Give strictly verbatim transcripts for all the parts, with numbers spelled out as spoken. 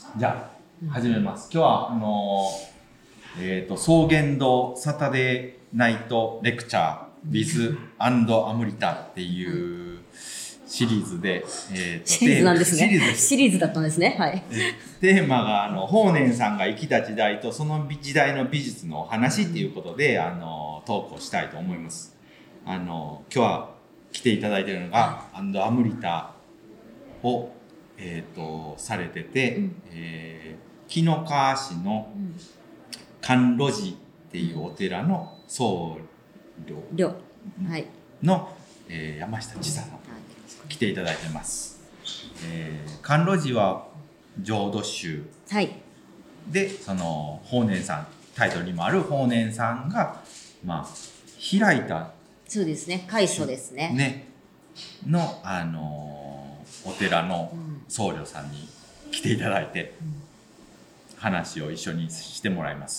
じゃあ始めます。今日はあのー、えっ、ー、と草原堂サタデーナイトレクチャー with アンドアムリタっていうシリーズで、えー、とシリーズなんですね。 シリーズです。 シリーズだったんですね。はい。 テーマがあの法然さんが生きた時代とその時代の美術の話っていうことで、あのトークをしたいと思います。あの今日は来ていただいているのがアンドアムリタをえー、とされてて、うんえー、紀の川市の甘露寺っていうお寺の僧侶の、はいえー、山下千佐さん、はい、来ていただいてます。えー、甘露寺は浄土宗、はい、でその法然さんタイトルにもある法然さんが、まあ、開いたそうですね開祖ですねねの、あのー、お寺の僧侶さんに来ていただいて、うん、話を一緒にしてもらいます。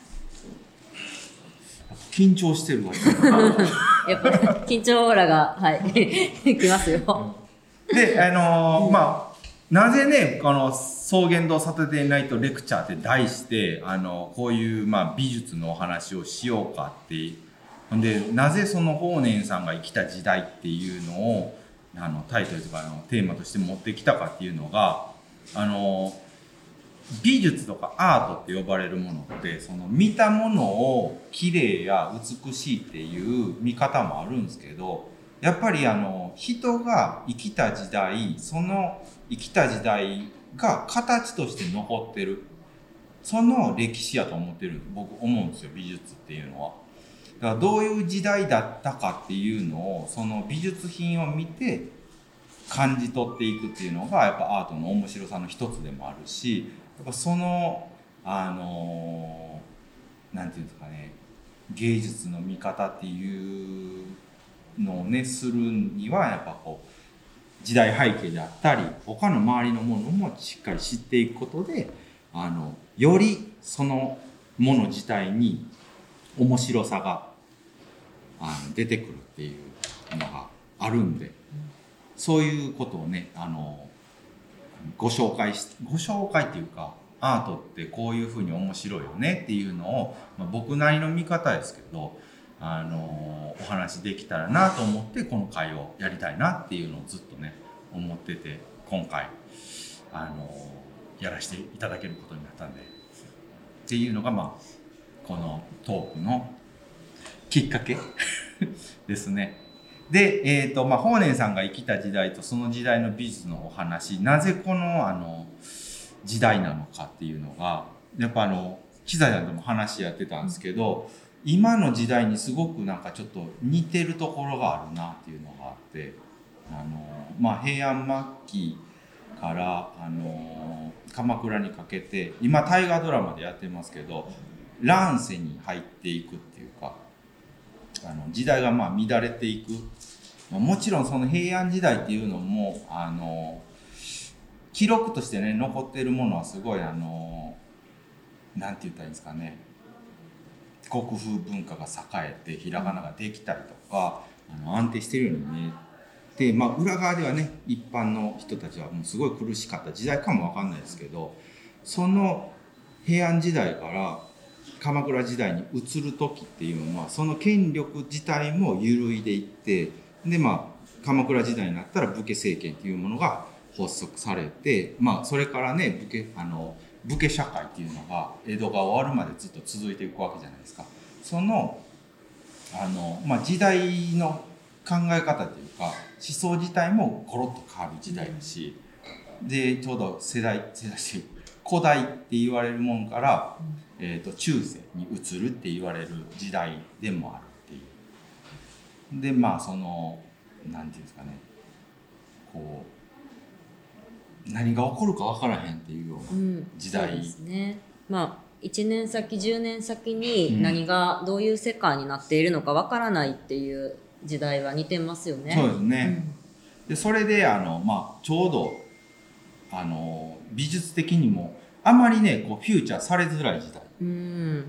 緊張してるわやっぱり緊張オーラがはいきますよ。 で、あのーうん、まあなぜねこの草原堂サタデーナイトレクチャーって題してあのこういう、まあ、美術のお話をしようかってでなぜその法然さんが生きた時代っていうのをあのタイトルとかのテーマとして持ってきたかっていうのがあの美術とかアートって呼ばれるものってその見たものを綺麗や美しいっていう見方もあるんですけどやっぱりあの人が生きた時代その生きた時代が形として残ってるその歴史やと思ってる僕思うんですよ美術っていうのは。だからどういう時代だったかっていうのをその美術品を見て感じ取っていくっていうのがやっぱアートの面白さの一つでもあるしやっぱそのあのなんていうんですかね芸術の見方っていうのをねするにはやっぱこう時代背景であったり他の周りのものもしっかり知っていくことであのよりそのもの自体に面白さがあの出てくるっていうのがあるんでそういうことをねあのご紹介しご紹介っていうかアートってこういうふうに面白いよねっていうのを、まあ、僕なりの見方ですけどあのお話できたらなと思ってこの会をやりたいなっていうのをずっとね思ってて今回あのやらせていただけることになったんでっていうのがまあこのトークのきっかけですね。で、えーとまあ、法然さんが生きた時代とその時代の美術のお話なぜこの、あの時代なのかっていうのがやっぱあの機材さんとも話やってたんですけど今の時代にすごくなんかちょっと似てるところがあるなっていうのがあってあの、まあ、平安末期からあの鎌倉にかけて今大河ドラマでやってますけど乱世に入っていくっていうかあの時代がまあ乱れていくもちろんその平安時代っていうのもあの記録としてね残っているものはすごいあのなんて言ったらいいんですかね国風文化が栄えてひらがなができたりとかあの安定しているように見えて、まあ、裏側ではね一般の人たちはもうすごい苦しかった時代かもわかんないですけどその平安時代から鎌倉時代に移る時っていうのはその権力自体も揺るいでいってでまあ鎌倉時代になったら武家政権っていうものが発足されてまあそれからね武家あの武家社会っていうのが江戸が終わるまでずっと続いていくわけじゃないですか。そのあの、まあ、時代の考え方というか思想自体もコロッと変わる時代だしでちょうど世代世代古代って言われるもんから、えーと、中世に移るって言われる時代でもあるっていうでまあそのなんていうんですかねこう何が起こるか分からへんっていうような時代、うん、そうですね。 まあいちねん先じゅうねん先に何がどういう世界になっているのか分からないっていう時代は似てますよね。 そうですね、うん、でそれであの、まあ、ちょうどあの美術的にもあまりねこうフューチャーされづらい時代、うん、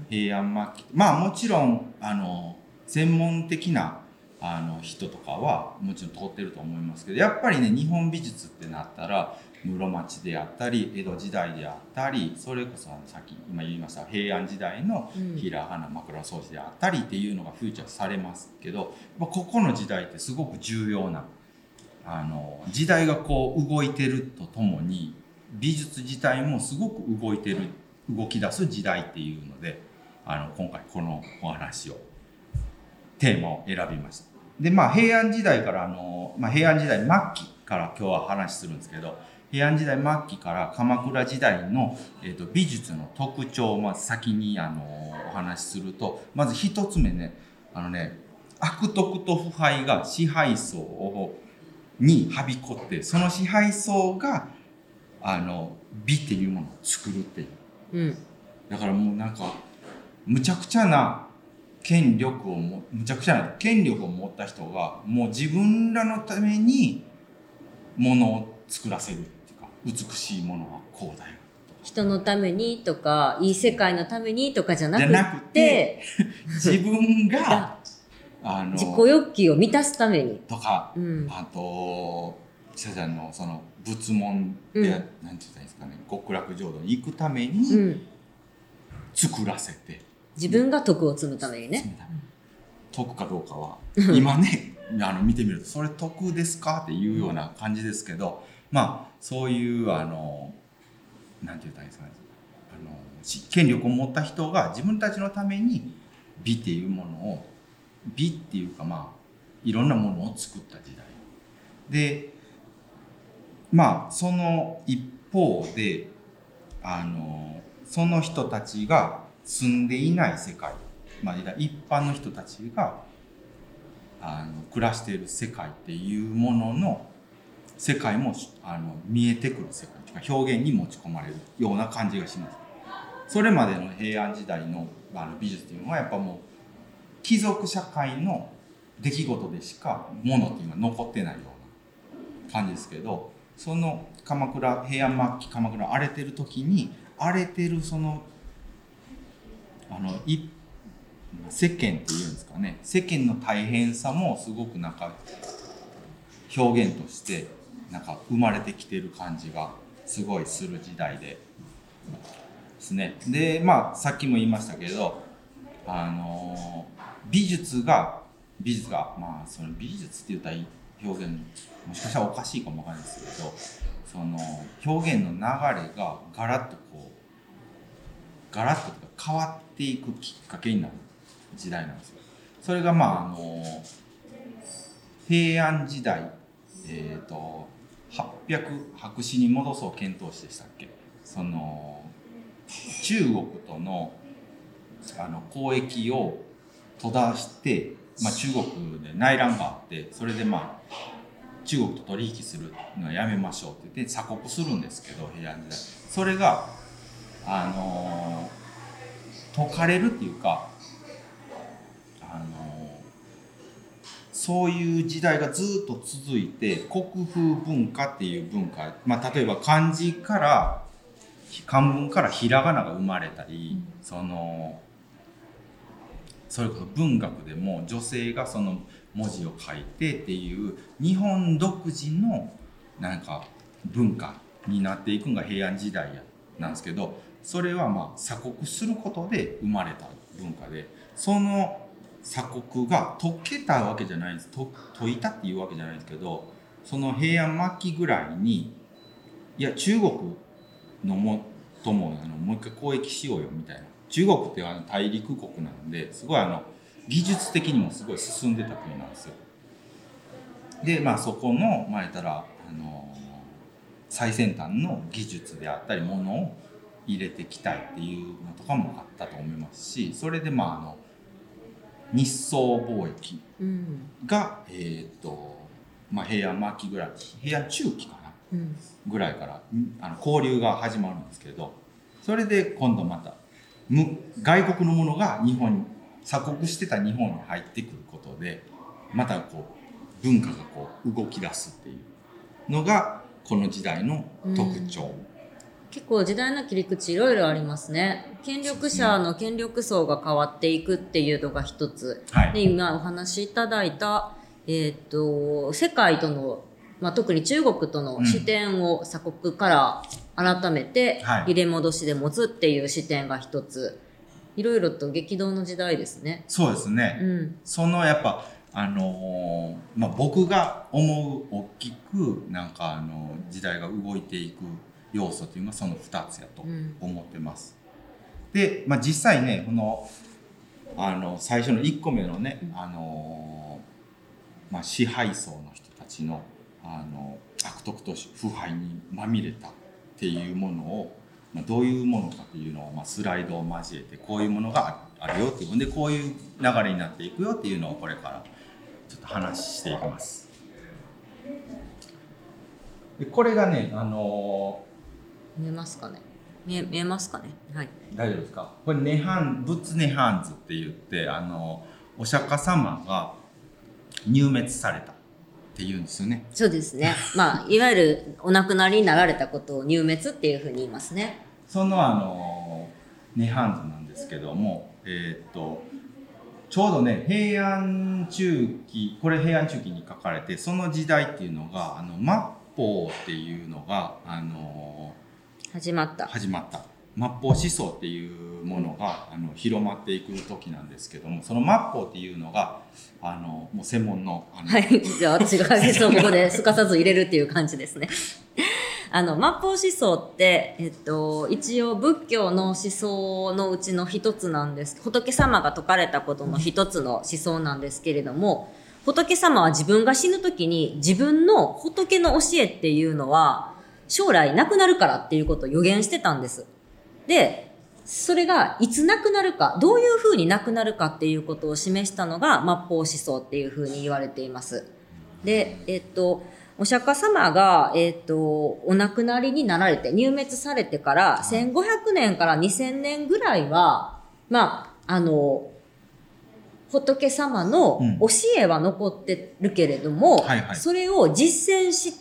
平安末期まあもちろんあの専門的なあの人とかはもちろん通ってると思いますけどやっぱりね日本美術ってなったら室町であったり江戸時代であったり、それこそあのさっき今言いました平安時代のひらがな枕草子であったりっていうのがフューチャーされますけど、ここの時代ってすごく重要なあの時代がこう動いてるとともに美術自体もすごく動いてる動き出す時代っていうので、あの今回このお話をテーマを選びました。でまあ平安時代からあの、まあ、平安時代末期から今日は話するんですけど、平安時代末期から鎌倉時代の、えーと、美術の特徴をまず先にあのお話しすると、まず一つ目ね、あのね悪徳と腐敗が支配層をにはびこって、その支配層があの美っていうものを作るっていう、うん、だからもうなんかむちゃくちゃな権力をもむちゃくちゃな権力を持った人がもう自分らのためにものを作らせるっていうか、美しいものはこうだよ、 人のためにとかいい世界のためにとかじゃなくて、じゃなくて自分があの自己欲求を満たすためにとか、うん、あと千佐ちゃんのその仏門で、うん、なんて言ったらいいんですかね、極楽浄土に行くために作らせて、うん、 自分が徳を積むためにね、 徳かどうかは今ねあの見てみるとそれ徳ですかっていうような感じですけど、まあそういうあのなんて言ったらいいですかね、あの権力を持った人が自分たちのために美っていうものを美っていうかまあいろんなものを作った時代で、まあその一方であのその人たちが住んでいない世界、まあ、一般の人たちがあの暮らしている世界っていうものの世界もあの見えてくる世界というか表現に持ち込まれるような感じがします。それまでの平安時代の、あの美術っていうのはやっぱもう貴族社会の出来事でしかものっていうのは残ってないような感じですけど、その鎌倉平安末期鎌倉荒れてる時に荒れてるそのあのい世間っていうんですかね、世間の大変さもすごくなんか表現としてなんか生まれてきてる感じがすごいする時代でですね。でまあさっきも言いましたけど、あの美術が美術がまあその美術って言ったら表現もしかしたらおかしいかもわかんないですけど、その表現の流れがガラッとこうガラッと変わっていくきっかけになる時代なんですよ。それがまああの平安時代、えー、とはっぴゃく白紙に戻そう遣唐使でしたっけ、その中国とのあの交易を閉ざして、まあ、中国で内乱があって、それでまあ中国と取引するのはやめましょうって言って鎖国するんですけど、平安時代それがあの解かれるっていうか、あのそういう時代がずっと続いて、国風文化っていう文化、まあ、例えば漢字から漢文からひらがなが生まれたり、うん、そのそれこそ文学でも女性がその文字を書いてっていう日本独自のなんか文化になっていくのが平安時代やなんですけど、それはまあ鎖国することで生まれた文化で、その鎖国が解けたわけじゃないんです。解いたっていうわけじゃないんですけど、その平安末期ぐらいにいや中国のもともあのもう一回交易しようよみたいな、中国ってあの大陸国なのですごいあの技術的にもすごい進んでた国なんですよ。でまあそこのまあ言ったらあの最先端の技術であったりものを入れてきたいっていうのとかもあったと思いますし、それでまああの日宋貿易が、うん、えっ、ー、とまあ平安末期ぐらい、平安中期かな、うん、ぐらいからあの交流が始まるんですけど、それで今度また外国のものが日本に鎖国してた日本に入ってくることで、またこう文化がこう動き出すっていうのがこの時代の特徴。うん、 結構時代の切り口いろいろありますね。権力者の権力層が変わっていくっていうのが一つ、はい、で今お話しいただいた、えー、と世界とのまあ、特に中国との視点を鎖国から改めて入れ戻しで持つっていう視点が一つ、いろいろと激動の時代ですね。 そうですね、 うん、 そのやっぱあのーまあ、僕が思う大きくなんかあの時代が動いていく要素というのはそのふたつやと思ってます、うん、で、まあ、実際ねこのあの最初のいっこめのね、うん、あのーまあ、支配層の人たちのあの悪徳と腐敗にまみれたっていうものを、まあ、どういうものかというのを、まあ、スライドを交えてこういうものがあるよっていうでこういう流れになっていくよっていうのをこれからちょっと話していきます。でこれがね、あのー、見えますかね見え、見えますかね、はい、 大丈夫ですか。これネハン仏ネハンズって言ってあのお釈迦様が入滅されたっていうんですよね。 そうですね。まあいわゆるお亡くなりになられたことを入滅っていうふうに言いますね。 そのあの涅槃図なんですけども、えー、っとちょうどね平安中期、これ平安中期に書かれて、その時代っていうのがあの末法っていうのがあの始まった始まった末法思想っていうものがあの広まっていく時なんですけども、その末法っていうのがあのもう専門のあのはいじゃあ私がここですかさず入れるっていう感じですね。あの末法思想って、えっと、一応仏教の思想のうちの一つなんです。仏様が説かれたことの一つの思想なんですけれども、仏様は自分が死ぬ時に自分の仏の教えっていうのは将来なくなるからっていうことを予言してたんです。で、それがいつなくなるか、どういうふうになくなるかっていうことを示したのが末法思想っていうふうに言われています。で、えっと、お釈迦様が、えっと、お亡くなりになられて、入滅されてからせんごひゃくねんからにせんねんぐらいは、まあ、あの、仏様の教えは残ってるけれども、うんはいはい、それを実践して、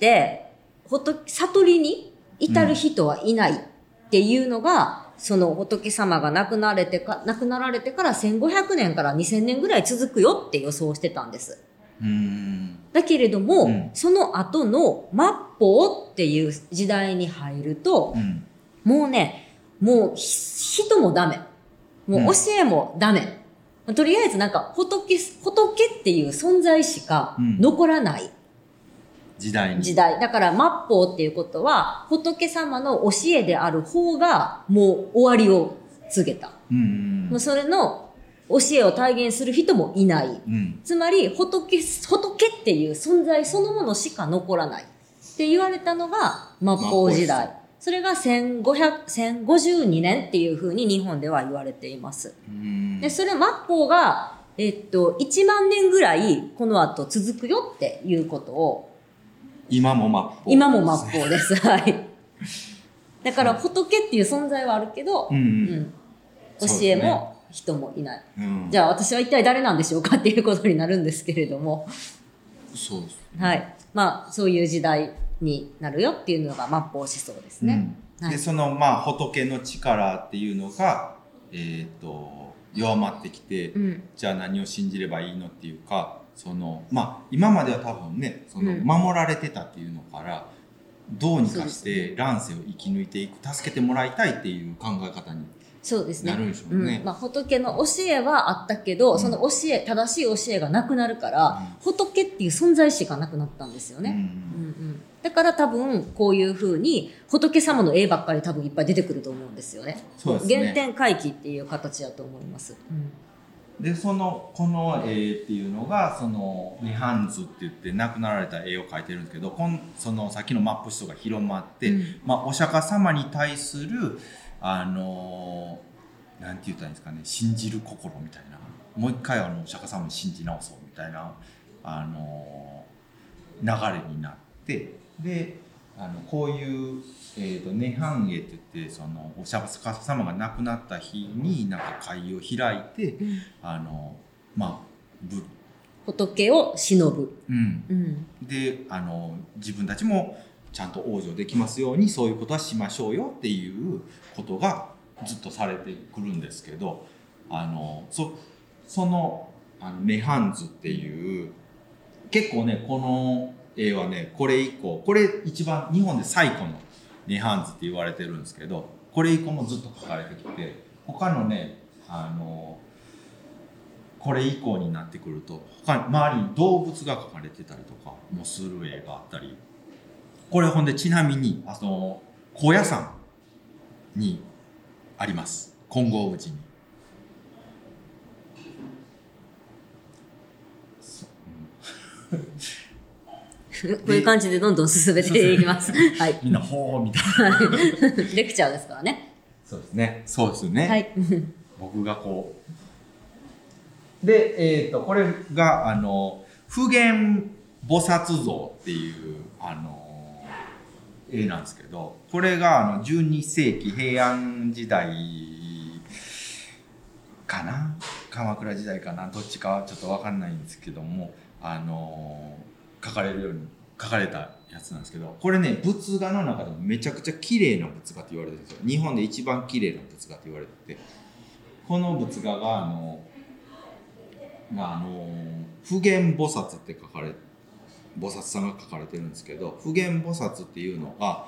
悟りに至る人はいないっていうのが、うん、その仏様が亡くなられてか、亡くなられてからせんごひゃくねんからにせんねんぐらい続くよって予想してたんです。 うーんだけれども、 うん、 その後の末法っていう時代に入ると、うん、もうね、もう人もダメ。もう教えもダメ。うん、とりあえずなんか仏、仏っていう存在しか残らない。うん、 時代に。 時代。だから末法っていうことは、仏様の教えである方がもう終わりを告げた。 うんうん、 もうそれの教えを体現する人もいない。 うん、 つまり仏、仏っていう存在そのものしか残らないって言われたのが末法時代。それがせんごひゃく、せんごじゅうにねんっていうふうに日本では言われています。 うんで、それ末法が、えっと、いちまんねんぐらいこの後続くよっていうことを。 今も末法。 今も末法です。はい。だから仏っていう存在はあるけど、 うんうんうん、 教えも、人もいない、 うん、 じゃあ私は一体誰なんでしょうかっていうことになるんですけれども、 そうです、 ね、はいまあそういう時代になるよっていうのが末法思想ですね、 うんはい、でそのまあ仏の力っていうのが、えー、と弱まってきて、うん、じゃあ何を信じればいいのっていうかそのまあ今までは多分ねその守られてたっていうのから、うん、どうにかして乱世を生き抜いていく助けてもらいたいっていう考え方にそうですね。 なるんでしょうね。 うんまあ、仏の教えはあったけど、うん、その教え、正しい教えがなくなるから、うん、仏っていう存在しかなくなったんですよね。うんうんうん、だから多分、こういう風に、仏様の絵ばっかり多分いっぱい出てくると思うんですよね。 そうですね。 原点回帰っていう形だと思います。 うん、で、その、この絵っていうのが、その、涅槃図って言って亡くなられた絵を描いてるんですけど、こんその、さっきのマップ思想が広まって、うん、まあ、お釈迦様に対する、あのー、なんて言ったらいいんですかね、信じる心みたいな、もう一回あのお釈迦様に信じ直そうみたいな、あのー、流れになって、で、あのこういう、えーと、涅槃絵って言って、そのお釈迦様が亡くなった日になんか会を開いて、うん、あのまあぶ仏を忍ぶ、 うんうん、であの自分たちもちゃんと往生できますようにそういうことはしましょうよっていうことがずっとされてくるんですけど、あの そ, そのあの涅槃図っていう結構ねこの絵はね、これ以降、これ一番日本で最古の涅槃図って言われてるんですけど、これ以降もずっと描かれてきて、他のね、あのこれ以降になってくると他に周りに動物が描かれてたりとかもする絵があったり、これほんでちなみにあの高野山にあります、金剛宇治に。 こういう感じでどんどん進めていきます。はい。 みんなほーみたいな。 レクチャーですからね。 そうですね。そうですね。 はい。 僕がこう。で、えっと、これが、あの、普賢菩薩像っていう、あの、絵なんですけど、これが、あの、じゅうにせいき平安時代かな、鎌倉時代かな、どっちかはちょっとわかんないんですけども、あの、描かれるように描かれたやつなんですけど、これね、仏画の中でもめちゃくちゃ綺麗な仏画って言われてるんですよ。日本で一番綺麗な仏画って言われてて、この仏画があの、まあ、あの普賢菩薩って書かれ菩薩さんが書かれてるんですけど、普賢菩薩っていうのがあの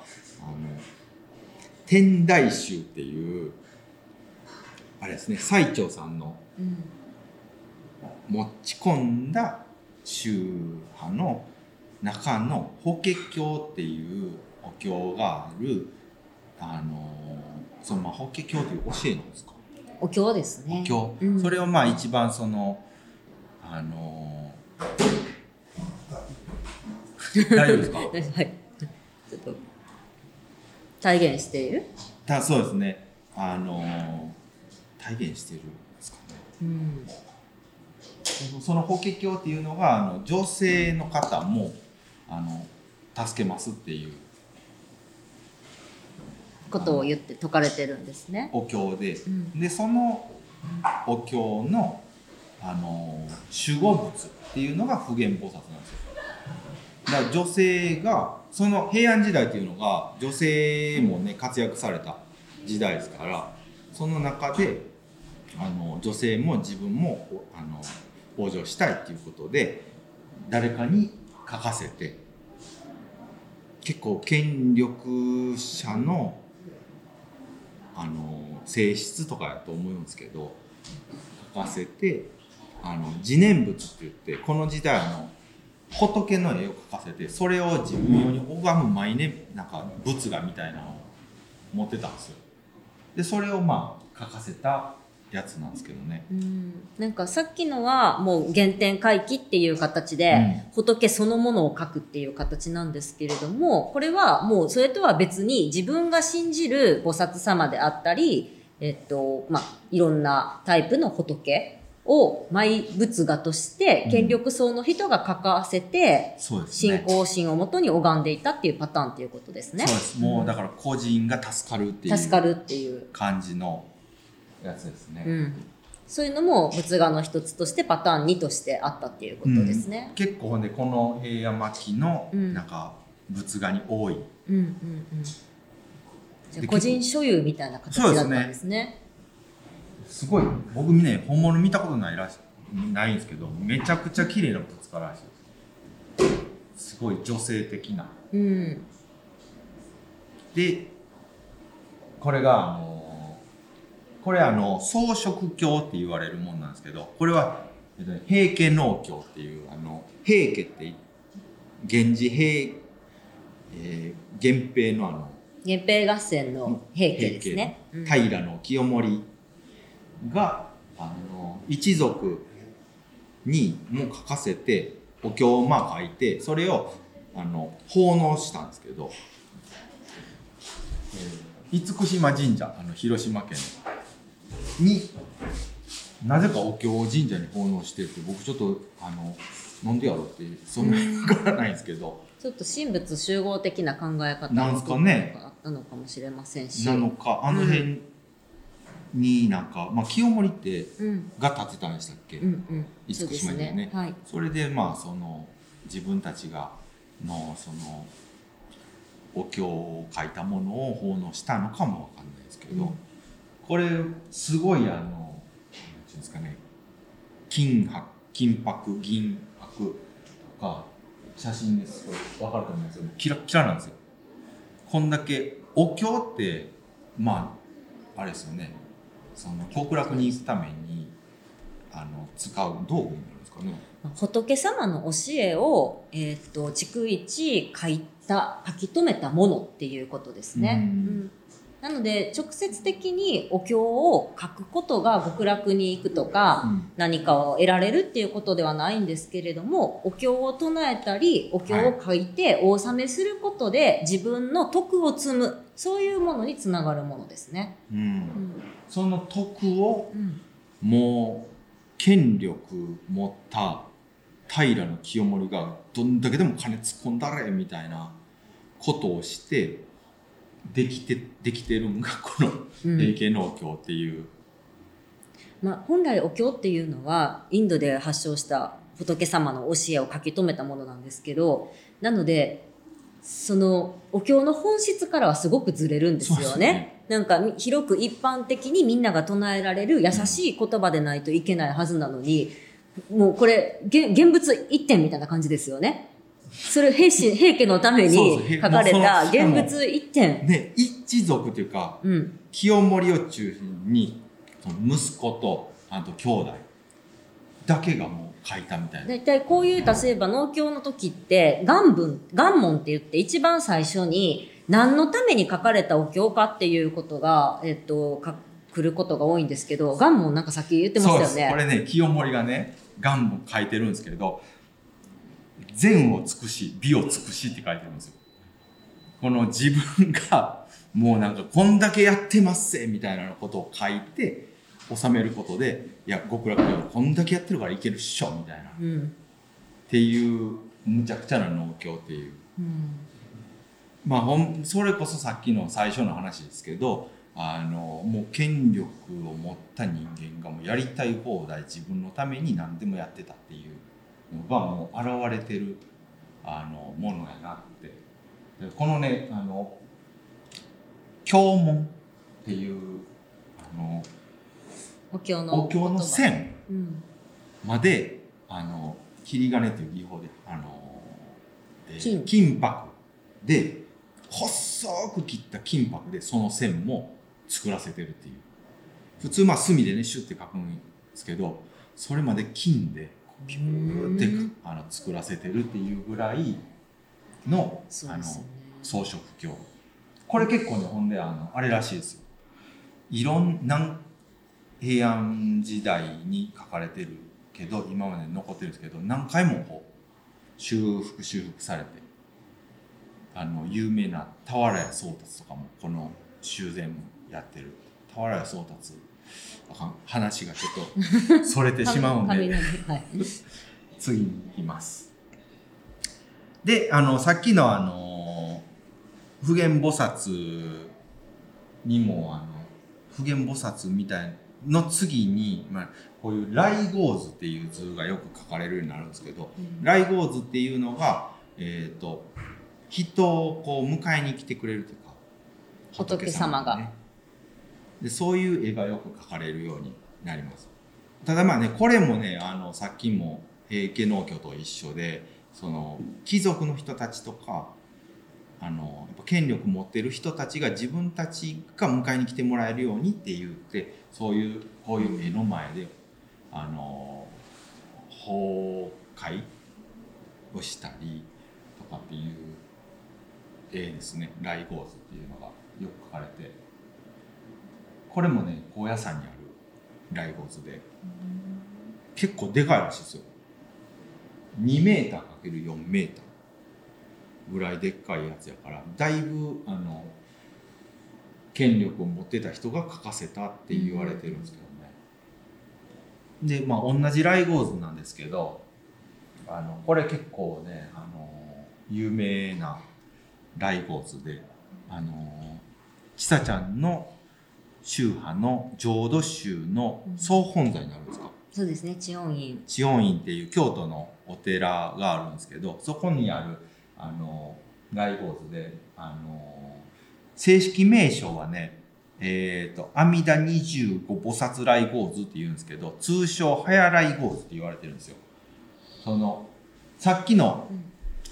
天台宗っていうあれですね、最澄さんの持ち込んだ宗派の中の法華経っていうお経がある、あのそのまあ法華経という教えなんですか。 お経ですね。 お経、うん、それをまあ一番そのあの大丈夫ですか？はい。 ちょっと体現している？ だそうですね。あの体現しているんですかね。うん。その法華経っていうのがあの女性の方もあの助けますっていうことを言って説かれてるんですね。 お経で、うん、でそのお経のあの守護仏っていうのが普賢菩薩なんですよ。だから女性がその平安時代っていうのが女性もね活躍された時代ですから、その中であの女性も自分もあの往生したいっていうことで誰かに書かせて、結構権力者のあの性質とかやと思うんですけど、書かせてあの自念仏って言ってこの時代の仏の絵を描かせて、それを自分用に拝む前になんか仏画みたいなのを持ってたんですよ。でそれをまあ描かせたやつなんですけどね。 うん、なんかさっきのはもう原点回帰っていう形で、うん、仏そのものを描くっていう形なんですけれども、これはもうそれとは別に自分が信じる菩薩様であったり、えっとまあ、いろんなタイプの仏をマイ仏画として権力層の人が書かせて、うん、信仰心をもとに拝んでいたっていうパターンっていうことですね。 そうです。もうだから個人が助かるっていう助かるっていう感じのやつですね。 うん、そういうのも仏画の一つとしてパターンにとしてあったっていうことですね。 うん、結構ほんでこの平安末期のなんか仏画に多い。うんうんうん、 じゃあ個人所有みたいな形だったんですね。 すごい僕ね本物見たことないらしないんですけど、めちゃくちゃ綺麗な仏画らしいです。すごい女性的な。うん、でこれがあのこれあの装飾経って言われるもんなんですけど、これは平家能経っていうあの平家って源氏平、えー、源平のあの源平合戦の平家ですね。 平清盛があの一族にも書かせてお経をまあ書いて、それをあの奉納したんですけど、えー、厳島神社、あの広島県になぜかお経を神社に奉納してって、僕ちょっとあのなんでやろうってそんなに分からないんですけど、 ちょっと神仏集合的な考え方なんですかね、 あったのかもしれませんし、 なのかあの辺になんか、まあ、清盛ってが建てたんでしたっけ、うんうん、厳島にね、ね、はい、それでまあその自分たちがのそのお経を書いたものを奉納したのかも分かんないですけど、うん、これすごいあの何ていうんですかね、金箔金箔銀箔とか写真です分かると思うんですよ。キラッキラなんですよ。こんだけお経ってまああれですよね、その極楽に行くためにあの使う道具になるんですかね。 仏様の教えを、えー、と逐一書いた書き留めたものっていうことですね。うん、なので直接的にお経を書くことが極楽に行くとか、うん、何かを得られるっていうことではないんですけれども、お経を唱えたりお経を書いてお納めすることで自分の徳を積む、そういうものにつながるものですね。 うんうん、その徳を、うん、もう権力持った平清盛がどんだけでも金突っ込んだれみたいなことをしてできてできてるのがこの平家のお経っていう、 うん、まあ、本来お経っていうのはインドで発祥した仏様の教えを書き留めたものなんですけど、なのでそのお経の本質からはすごくずれるんですよね。そうですね。なんか広く一般的にみんなが唱えられる優しい言葉でないといけないはずなのに、もうこれ現物一点みたいな感じですよね。それ平氏平家のために書かれた現物一点ね、一族というか、うん、清盛を中心にその息子とあと兄弟だけがもう書いたみたいな。 だいたいこういう例えば農協の時って願文願文って言って一番最初に何のために書かれたお経かっていうことが、えっと、か来ることが多いんですけど、願文なんかさっき言ってましたよね。 そうです。これね、清盛がね願文書いてるんですけれど、善を尽くし美を尽くしって書いてるんですよ。この自分がもうなんかこんだけやってますぜみたいなことを書いて収めることで、いや極楽ではこんだけやってるからいけるっしょみたいな、うん、っていうむちゃくちゃな農協っていう、うん、まあほんそれこそさっきの最初の話ですけど、あのもう権力を持った人間がもうやりたい放題自分のために何でもやってたっていうのがもう現れてるあのものやなって。でこのねあの経文っていうあのお経のお経の線まで、うん、あの切金という技法であの、えー、金箔で細く切った金箔でその線も作らせてるっていう。普通まあ墨でねシュッて書くんですけど、それまで金でピューってあの作らせてるっていうぐらいの、ね、あの装飾経。これ結構ねほんであのあれらしいですよ。いろんな平安時代に書かれてるけど今まで残ってるんですけど、何回もこう修復修復されて、あの有名な俵屋宗達とかもこの修繕やってる。俵屋宗達話がちょっとそれてしまうんではい、次に行きます。であのさっきのあの普賢菩薩にもあの普賢菩薩みたいの次に、まあ、こういう雷号図っていう図がよく書かれるようになるんですけど、うん、雷号図っていうのが、えーと、人をこう迎えに来てくれるというか仏様が、ね、 でそういう絵がよく描かれるようになります。ただまあねこれもねあのさっきも平家農協と一緒で、その貴族の人たちとかあのやっぱ権力持ってる人たちが自分たちが迎えに来てもらえるようにって言って、そういうこういう絵の前であの崩壊をしたりとかっていう絵ですね。雷号図っていうのがよく描かれて、これもね高野山にある雷号図で結構でかいらしいですよ。にメーターかけるよんメーターぐらいでっかいやつやから、だいぶあの権力を持ってた人が書かせたって言われてるんですけどね。でまあ同じ雷号図なんですけど、あのこれ結構ねあの有名な雷号図で、あのちさちゃんの宗派の浄土宗の総本山になるんですか。 そうですね、知恩院。 知恩院っていう京都のお寺があるんですけど、そこにあるあの雷号図で、あの正式名称はね、えーと阿弥陀にじゅうご菩薩雷号図っていうんですけど、通称早雷号図って言われてるんですよ。そのさっきの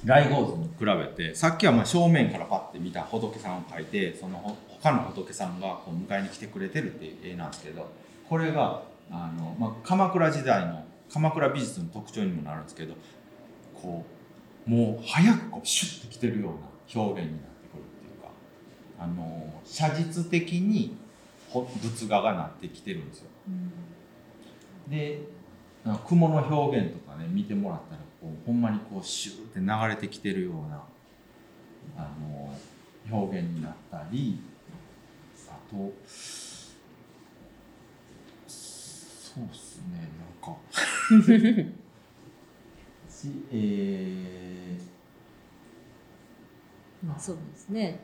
ライゴーズに比べて、さっきはまあ正面からパッて見た仏さんを描いて、その他の仏さんがこう迎えに来てくれてるっていう絵なんですけど、これがあの、まあ、鎌倉時代の鎌倉美術の特徴にもなるんですけど、こうもう早くこうシュッてきてるような表現になってくるっていうか、あの写実的に仏画がなってきてるんですよ。うん、で雲の表現とかね見てもらったらこうほんまにこうシューって流れてきてるようなあの表現になったり、あとそうっすね、なんかしえー、まあそうですね、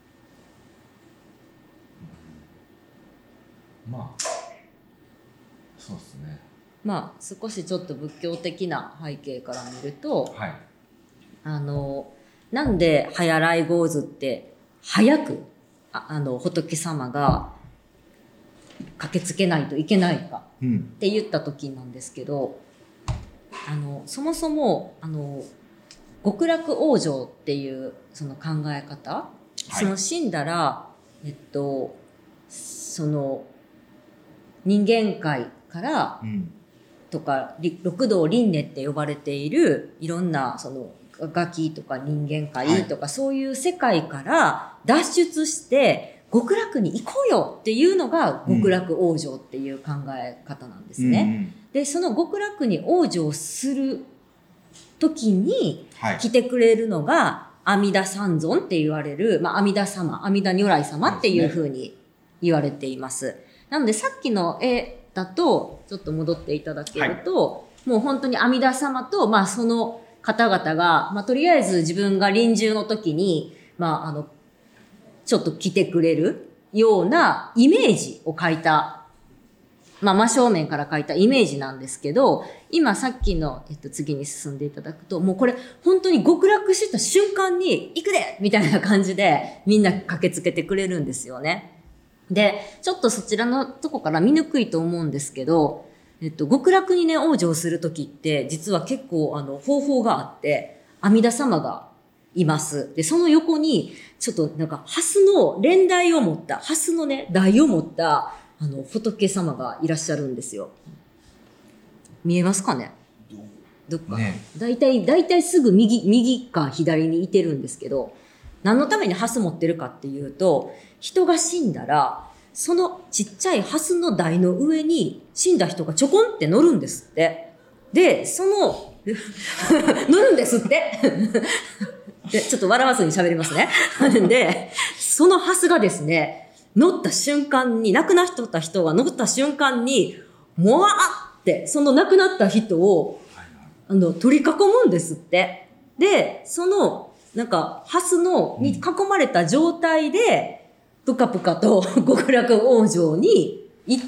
うん、まあそうっすね、 まあ少しちょっと仏教的な背景から見ると、はい、あのなんで早来坊主って早く あ, あの仏様が駆けつけないといけないかって言った時なんですけど、うん、あのそもそもあの極楽往生っていうその考え方、はい、その死んだら、えっと、その人間界から、うん、とか六道輪廻って呼ばれているいろんなそのガキとか人間界とか、はい、そういう世界から脱出して極楽に行こうよっていうのが極楽往生っていう考え方なんですね。うんうん、でその極楽に往生する時に来てくれるのが阿弥陀三尊って言われる、まあ、阿弥陀様、阿弥陀如来様っていうふうに言われています。なのでさっきの絵だとちょっと戻っていただけると、はい、もう本当に阿弥陀様と、まあ、その方々が、まあ、とりあえず自分が臨終の時に、まあ、あのちょっと来てくれるようなイメージを描いた、まあ、真正面から描いたイメージなんですけど、今さっきの、えっと、次に進んでいただくと、もうこれ本当に極楽した瞬間に行くでみたいな感じでみんな駆けつけてくれるんですよね。で、ちょっとそちらのとこから見にくいと思うんですけど、えっと、極楽にね、往生するときって、実は結構、あの、方法があって、阿弥陀様がいます。で、その横に、ちょっとなんか、蓮の蓮台を持った、蓮のね、台を持った、あの、仏様がいらっしゃるんですよ。見えますかね？どっか。ね、だいたい、だいたいすぐ右、右か左にいてるんですけど、何のために蓮持ってるかっていうと、人が死んだら、そのちっちゃい蓮の台の上に死んだ人がちょこんって乗るんですって。で、その、乗るんですってで。ちょっと笑わずに喋りますね。で、その蓮がですね、乗った瞬間に、亡くなった人が乗った瞬間に、もわーって、その亡くなった人を、あの、取り囲むんですって。で、その、なんか、蓮の、に囲まれた状態で、ぷかぷかと極楽往生に行って、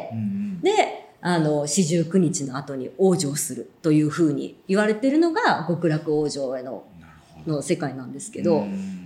うん、で、あの、四十九日の後に往生するというふうに言われているのが極楽往生への、の世界なんですけど、うん、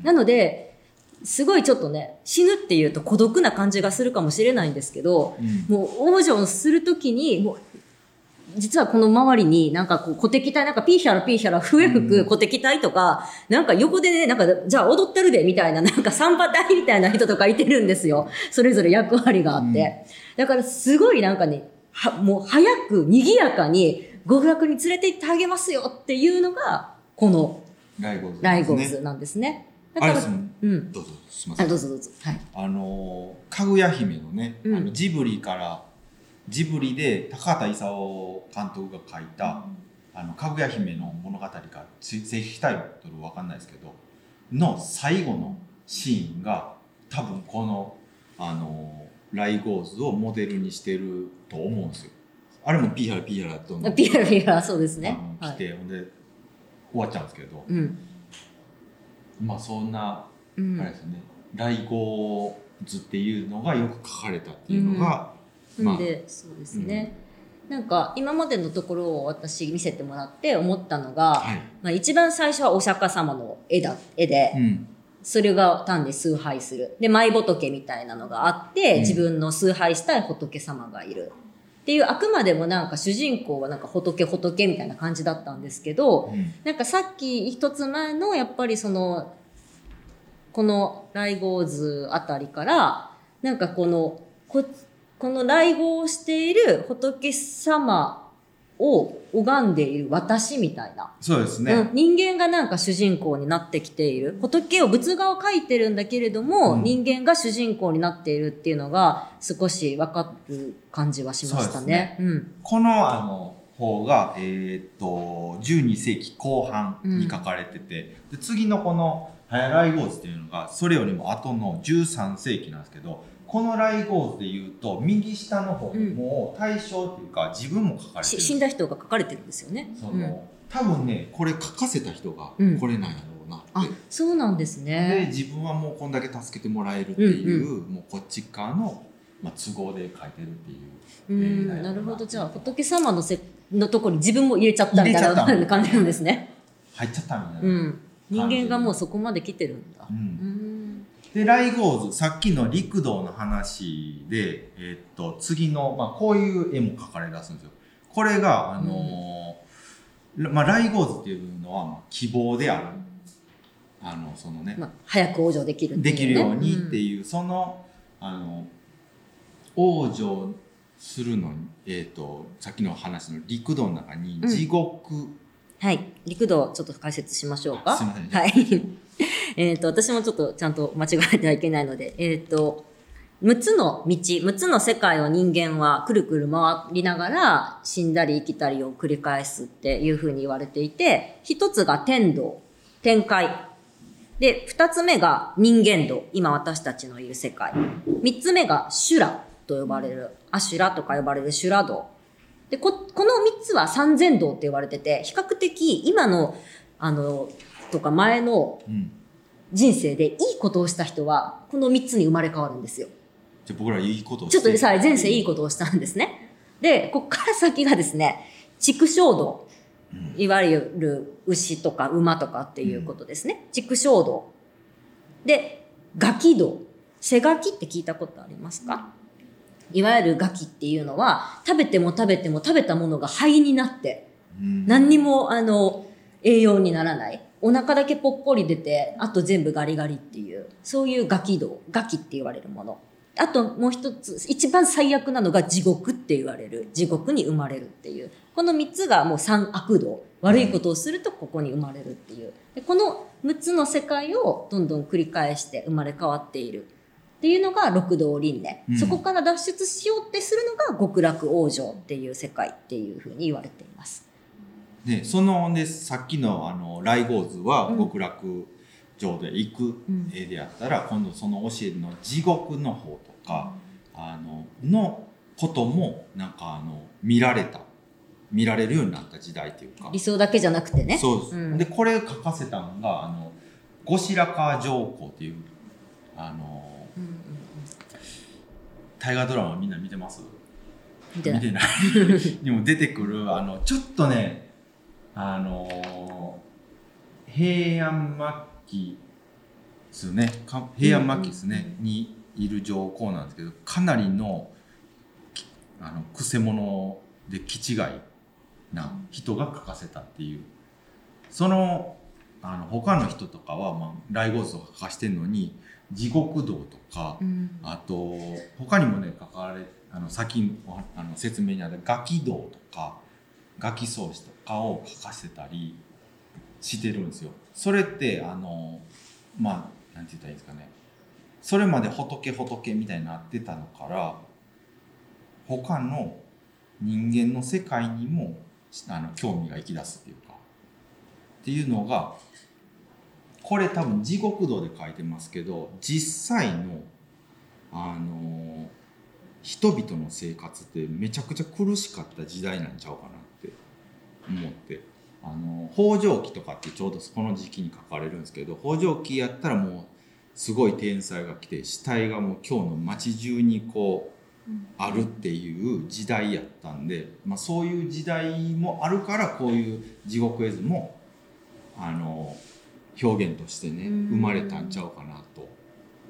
なので、すごいちょっとね、死ぬっていうと孤独な感じがするかもしれないんですけど、うん、もう往生するときに、もう実はこの周りになんかこう鼓敵隊なんかピーヒャラピーヒャラ笛吹く鼓敵隊とか、なんか横でね、なんかじゃあ踊ってるでみたいななんかサンバ隊みたいな人とかいてるんですよ。それぞれ役割があって。だからすごいなんかね、はもう早く賑やかに極楽に連れて行ってあげますよっていうのが、このライゴーズ、 ライゴーズなんですね。だからあれですね、うん、どうぞすみません。 あ、どうぞどうぞ。はい。 あの、かぐや姫のね、うん、あのジブリから、ジブリで高畑勲監督が書いた、うん、あのかぐや姫の物語が正式タイトルわかんないですけどの最後のシーンが多分このあのライゴーズをモデルにしてると思うんですよ。あれもピーハラピーハラとピーハラピーハラそうですね。 来て、はい、ほんで終わっちゃうんですけど、うん、まあそんな、うん、あれですよね。ライゴーズっていうのがよく書かれたっていうのが。うんまあ、でそうですね、うん、なんか今までのところを私見せてもらって思ったのが、はいまあ、一番最初はお釈迦様の絵だ絵で、うん、それが単に崇拝するで舞仏みたいなのがあって、うん、自分の崇拝したい仏様がいるっっていうあくまでもなんか主人公はなんか仏仏みたいな感じだったんですけど、 うん、 なんかさっき一つ前のやっぱりそのこの雷号図あたりからなんかこのここの雷号をしている仏様を拝んでいる私みたいな。 そうですね、 うん、人間がなんか主人公になってきている。仏を仏画を描いてるんだけれども、うん、人間が主人公になっているっていうのが少し分かる感じはしましたね。 そうですね、うん、このあの方が、えー、っとじゅうにせいきこう半に書かれてて、うん、で次のこの早雷号図っていうのがそれよりも後のじゅうさんせいきなんですけど、この雷号図でいうと右下の方にもう対象っていうか自分も書かれてる、 死んだ人が書かれてるんですよね。 その、うん、多分ねこれ書かせた人がこれなんやろうなって、 うん、あ、そうなんですね。 で自分はもうこんだけ助けてもらえるっていう、うんうん、もうこっち側の、まあ、都合で書いてるっていう、 うん、えー、なるほど。じゃあ仏様のせのところに自分も入れちゃったみたいな感じなんですね。 入っちゃったみたいな、 うん、人間がもうそこまで来てるんだ。 うんうんで雷号図、さっきの陸道の話で、えー、っと次の、まあ、こういう絵も描かれ出すんですよ。これが、あのーうんまあ、雷号図っていうのは、まあ、希望である、あのそのね、 まあ、早く往生できるっていう、ね、 できるようにっていう、うん、その、あの往生するのに、えー、っとさっきの話の陸道の中に地獄、うん、 はい陸道ちょっと解説しましょうか。 すいません、ね、 はいえっと、私もちょっとちゃんと間違えてはいけないので、えっと、むつの道、むつの世界を人間はくるくる回りながら死んだり生きたりを繰り返すっていうふうに言われていて、一つが天道、天界。で、二つ目が人間道、今私たちのいる世界。三つ目が修羅と呼ばれる、アシュラとか呼ばれる修羅道。で、こ、この三つは三千道って言われてて、比較的今の、あの、とか前の、うん人生でいいことをした人はこのみっつに生まれ変わるんですよ。 じゃあ僕らいいことをちょっとさ前世いいことをしたんですね。でこっから先がですね畜生道、うん、いわゆる牛とか馬とかっていうことですね、うん、畜生道でガキ道、背ガキって聞いたことありますか？いわゆるガキっていうのは食べても食べても食べたものが灰になって、うん、何にもあの栄養にならない、お腹だけぽっこり出て、あと全部ガリガリっていう、そういうガキ道、ガキって言われるもの。あともう一つ、一番最悪なのが地獄って言われる。地獄に生まれるっていう。この三つがもう三悪道。悪いことをするとここに生まれるっていう。でこの六つの世界をどんどん繰り返して生まれ変わっている。っていうのが六道輪廻、うん。そこから脱出しようってするのが極楽往生っていう世界っていうふうに言われています。 でそのでさっきのあの雷号図は極楽上で行く絵であったら、うん、今度その教えの地獄の方とか、うん、あののこともなんかあの見られた見られるようになった時代というか、 理想だけじゃなくてね。 そうです、うん、でこれ書かせたのがあの後白河上皇っていうあの、うんうんうん、大河ドラマみんな見てます？見てない。見てないにも出てくるあのちょっとねあのー、平安末期ですね、平安末期ですね、うんうん、にいる上皇なんですけど、かなりのあのくせ者で気違いな人が書かせたっていう、そのあの他の人とかは、まあ、雷号図を書かしてるのに地獄道とか、うん、あと他にもね書かれあの先あの説明にあるガキ道とかガキ草子とかを書かせたりしてるんですよ。それってあのまあなんて言ったらいいですかね、それまで仏仏みたいになってたのから他の人間の世界にもあの興味が生き出すっていうかっていうのが、これ多分地獄道で書いてますけど、実際のあの人々の生活ってめちゃくちゃ苦しかった時代なんちゃうかなって思って、あの北条記とかってちょうどこの時期に書かれるんですけど、北条記やったらもうすごい天災が来て死体がもう今日の街中にこうあるっていう時代やったんで、まあ、そういう時代もあるからこういう地獄絵図もあの表現としてね生まれたんちゃうかなと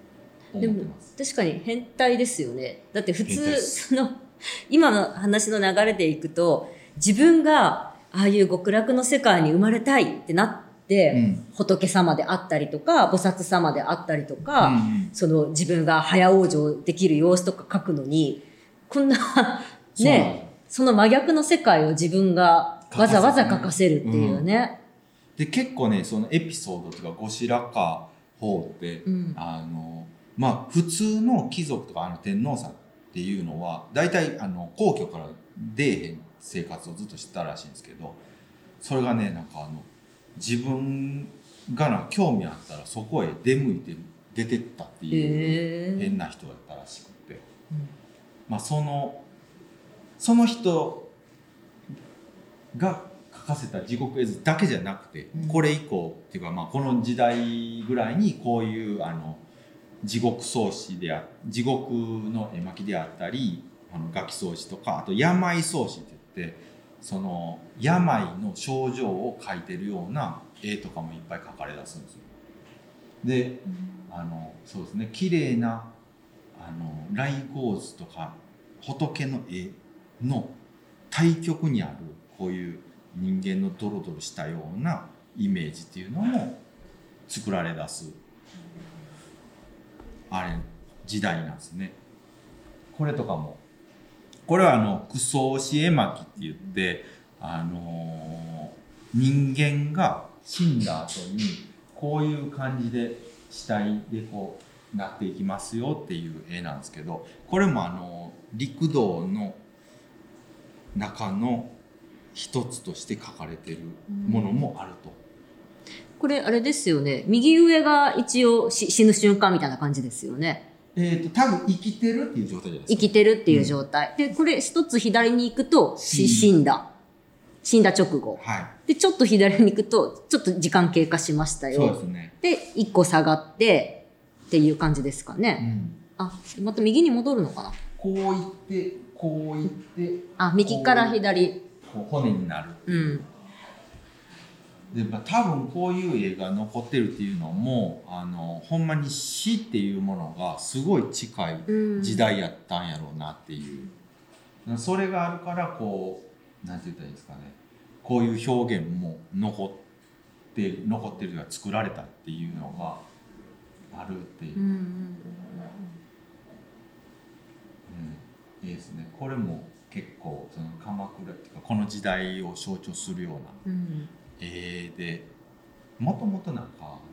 思ってます。 確かに変態ですよね。だって普変態で通すその今の話の流れでいくと、自分がああいう極楽の世界に生まれたいってなって、 うん、 仏様であったりとか菩薩様であったりとか、 うんうん、 その自分が早往生できる様子とか書くのに、こんなね、その真逆の世界を自分がわざわざ書かせるっていうね。 うん、で結構ね、そのエピソードとか後白河法って、 うん、 あのまあ普通の貴族とかあの天皇さんっていうのは大体あの皇居から出えへん生活をずっとしてたらしいんですけど、それがね、なんかあの自分がな興味あったらそこへ出向いて出てったっていう変な人だったらしくて、うん、まあそのその人が書かせた地獄絵図だけじゃなくて、うん、これ以降っていうか、まあこの時代ぐらいにこういうあの地獄草子であ地獄の絵巻であったり、あの餓鬼草子とか、あと病草子って言って、その病の症状を描いてるような絵とかもいっぱい描かれ出すんですよ。で、うん、あのそうですね、綺麗なあの雷光図とか仏の絵の対極にあるこういう人間のドロドロしたようなイメージっていうのも作られ出す、あれ時代なんですね。これとかも、これはあの苦草子絵巻って言って、あのー、人間が死んだ後にこういう感じで死体でこうなっていきますよっていう絵なんですけど、これもあの陸道の中の一つとして書かれているものもあると。 これあれですよね、右上が一応死ぬ瞬間みたいな感じですよね。 えーと、多分生きてるっていう状態じゃないですか。 生きてるっていう状態、うん、でこれ一つ左に行くと死んだ死んだ直後、はい、でちょっと左に行くとちょっと時間経過しましたよ。 そうですね。 で一個下がってっていう感じですかね、うん、あ、また右に戻るのかな。 こういってこういって、 あ、右から左こう骨になる、うん、で、まあ、多分こういう絵が残ってるっていうのも、あのほんまに死っていうものがすごい近い時代やったんやろうなっていう、うん、それがあるからこうなんて言ったらいいですかね、こういう表現も残って残ってるというか作られたっていうのがあるっていう、うんうんうん、いいですね。これも結構その鎌倉っていうかこの時代を象徴するような、うん、絵で、もともとなんかあの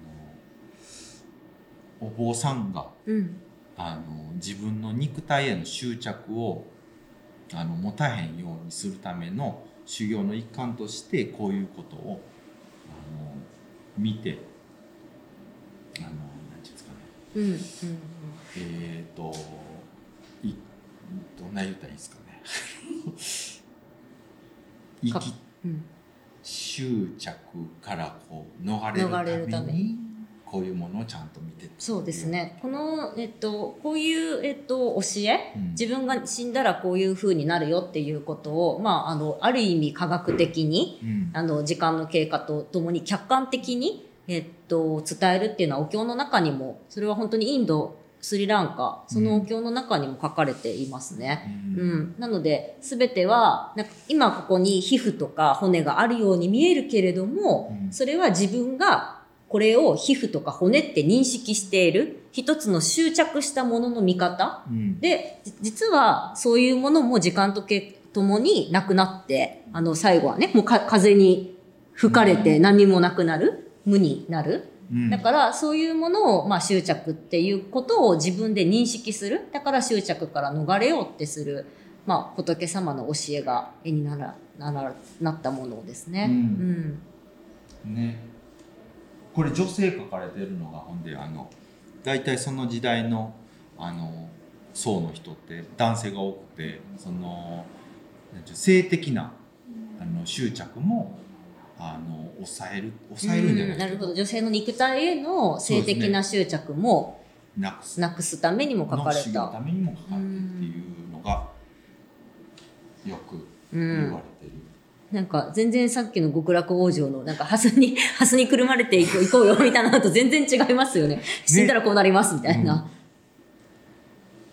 お坊さんが、うん、あの自分の肉体への執着をあの持たへんようにするための修行の一環としてこういうことをあの見て、あのなんていうんですかね、うんうんうん、えっ、ー、といどんな言ったらいいですかね生き、うん、執着からこう逃れるためにこういうものをちゃんと見て。 そうですね。この、えっと、こういう、えっと、教え、うん、自分が死んだらこういう風になるよっていうことを、まあ、あの、ある意味科学的に、うん、あの、時間の経過とともに客観的に、えっと、伝えるっていうのはお経の中にも、それは本当にインド、スリランカ、そのお経の中にも書かれていますね。うん。うん、なので、すべては、なんか今ここに皮膚とか骨があるように見えるけれども、うん、それは自分がこれを皮膚とか骨って認識している一つの執着したものの見方、うん、で、実はそういうものも時間とともになくなって、あの最後はね、もうか風に吹かれて何もなくなる、無になる。うん、だからそういうものを、まあ、執着っていうことを自分で認識する。だから執着から逃れようってする、まあ、仏様の教えが絵にならならなったものですね。うんうん、ね。これ女性描かれてるのがほんであの大体その時代のあの層の人って男性が多くて、その性的なあの執着もあの抑える抑えるんじゃないですか。 なるほど。女性の肉体への性的な執着もなくす、なくすためにも書かれた。 のためにも書かれてっていうのがよく言われてる。 なんか全然さっきの極楽往生のなんかハスにハスにくるまれていこう、いこうよみたいなのと全然違いますよね。死んだらこうなりますみたいな。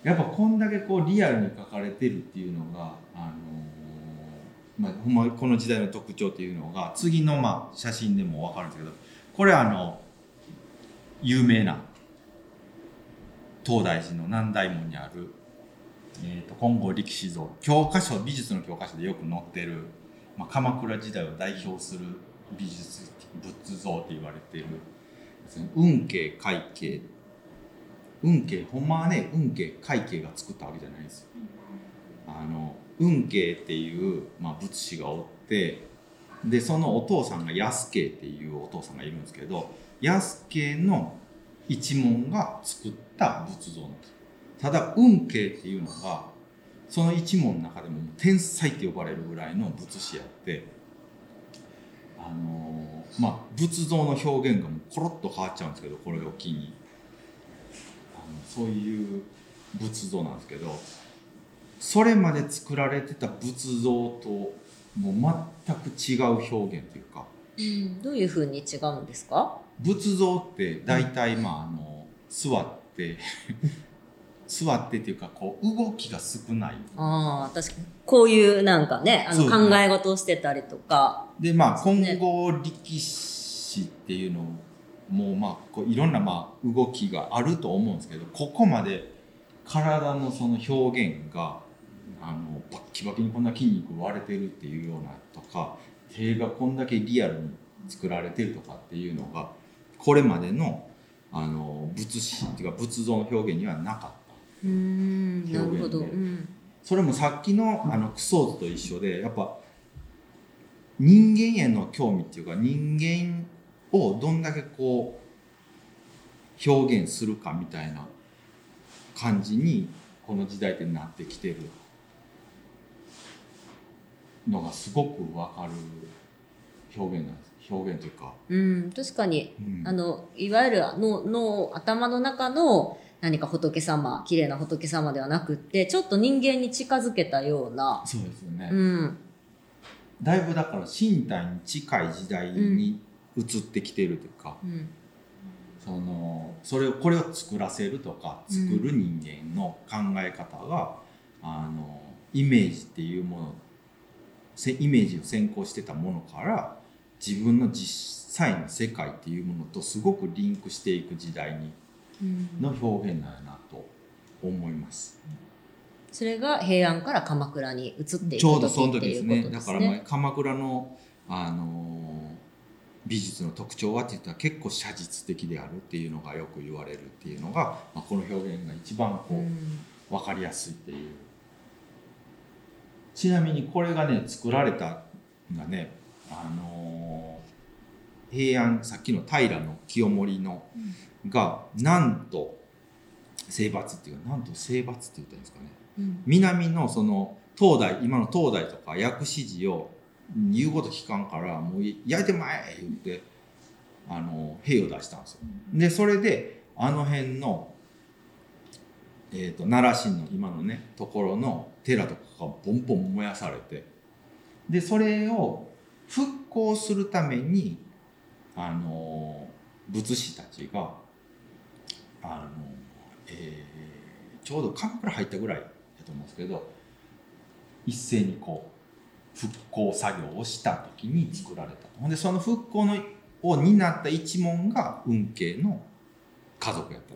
やっぱこんだけこうリアルに描かれてるっていうのが、あのーまあ、ほんまこの時代の特徴っていうのが次のまあ写真でも分かるんですけど、これはあの有名な東大寺の南大門にある、えー、と金剛力士像、教科書美術の教科書でよく載ってる、まあ、鎌倉時代を代表する美術仏像って言われている運慶快慶、運慶ほんまはね運慶快慶が作ったわけじゃないですよ。あの運慶っていう、まあ、仏師がおって、でそのお父さんが安慶っていうお父さんがいるんですけど、安慶の一門が作った仏像なんです。ただ運慶っていうのがその一門の中でも天才って呼ばれるぐらいの仏師やって、あのー、まあ仏像の表現がもうコロッと変わっちゃうんですけど、これを機にあのそういう仏像なんですけど、それまで作られてた仏像ともう全く違う表現というか、 うん、どういうふうに違うんですか？ 仏像って大体まああの座って座ってっていうかこう動きが少ない。 ああ、確かにこういうなんかね、あの考え事をしてたりとかで、まあ金剛力士っていうのもまあこういろんなまあ動きがあると思うんですけど、ここまで体のその表現があのバッキバキにこんな筋肉割れてるっていうようなとか、手がこんだけリアルに作られてるとかっていうのがこれまでのあの仏師っていうか仏像の表現にはなかった。うーん、なるほど、うん、それもさっきのあのクソーズと一緒で、やっぱ人間への興味っていうか人間をどんだけこう表現するかみたいな感じにこの時代ってなってきてるのがすごく分かる表現なんです。表現というか、 うん、確かに、うん、あのいわゆるのの頭の中の何か仏様、綺麗な仏様ではなくってちょっと人間に近づけたような。 そうですよね、 うん、 だいぶだから身体に近い時代に移ってきてるというか、うん、そのそれをこれを作らせるとか作る人間の考え方が、うん、あのイメージっていうもの、イメージを先行してたものから自分の実際の世界っていうものとすごくリンクしていく時代にの表現なんやなと思います。 それが平安から鎌倉に移っていく時っていうちょうどその時ですね。だからまあ鎌倉の、あの美術の特徴はって言ったら結構写実的であるっていうのがよく言われるっていうのが、まあ、この表現が一番こう分かりやすいっていう。ちなみにこれがね作られたのがね、あのー、平安、さっきの平清盛のがなんと征伐っていうか、なんと征伐って言ったんですかね、うん、南のその東大、今の東大とか薬師寺を言うこと聞かんからもう焼いてまえ言ってあの兵を出したんですよ。でそれであの辺のえー、と奈良市の今のねところの寺とかがボンボン燃やされて、でそれを復興するためにあの仏師たちがあの、えー、ちょうど鎌倉入ったぐらいだと思うんですけど、一斉にこう復興作業をした時に作られた。ほんでその復興のを担った一門が運慶の家族やった。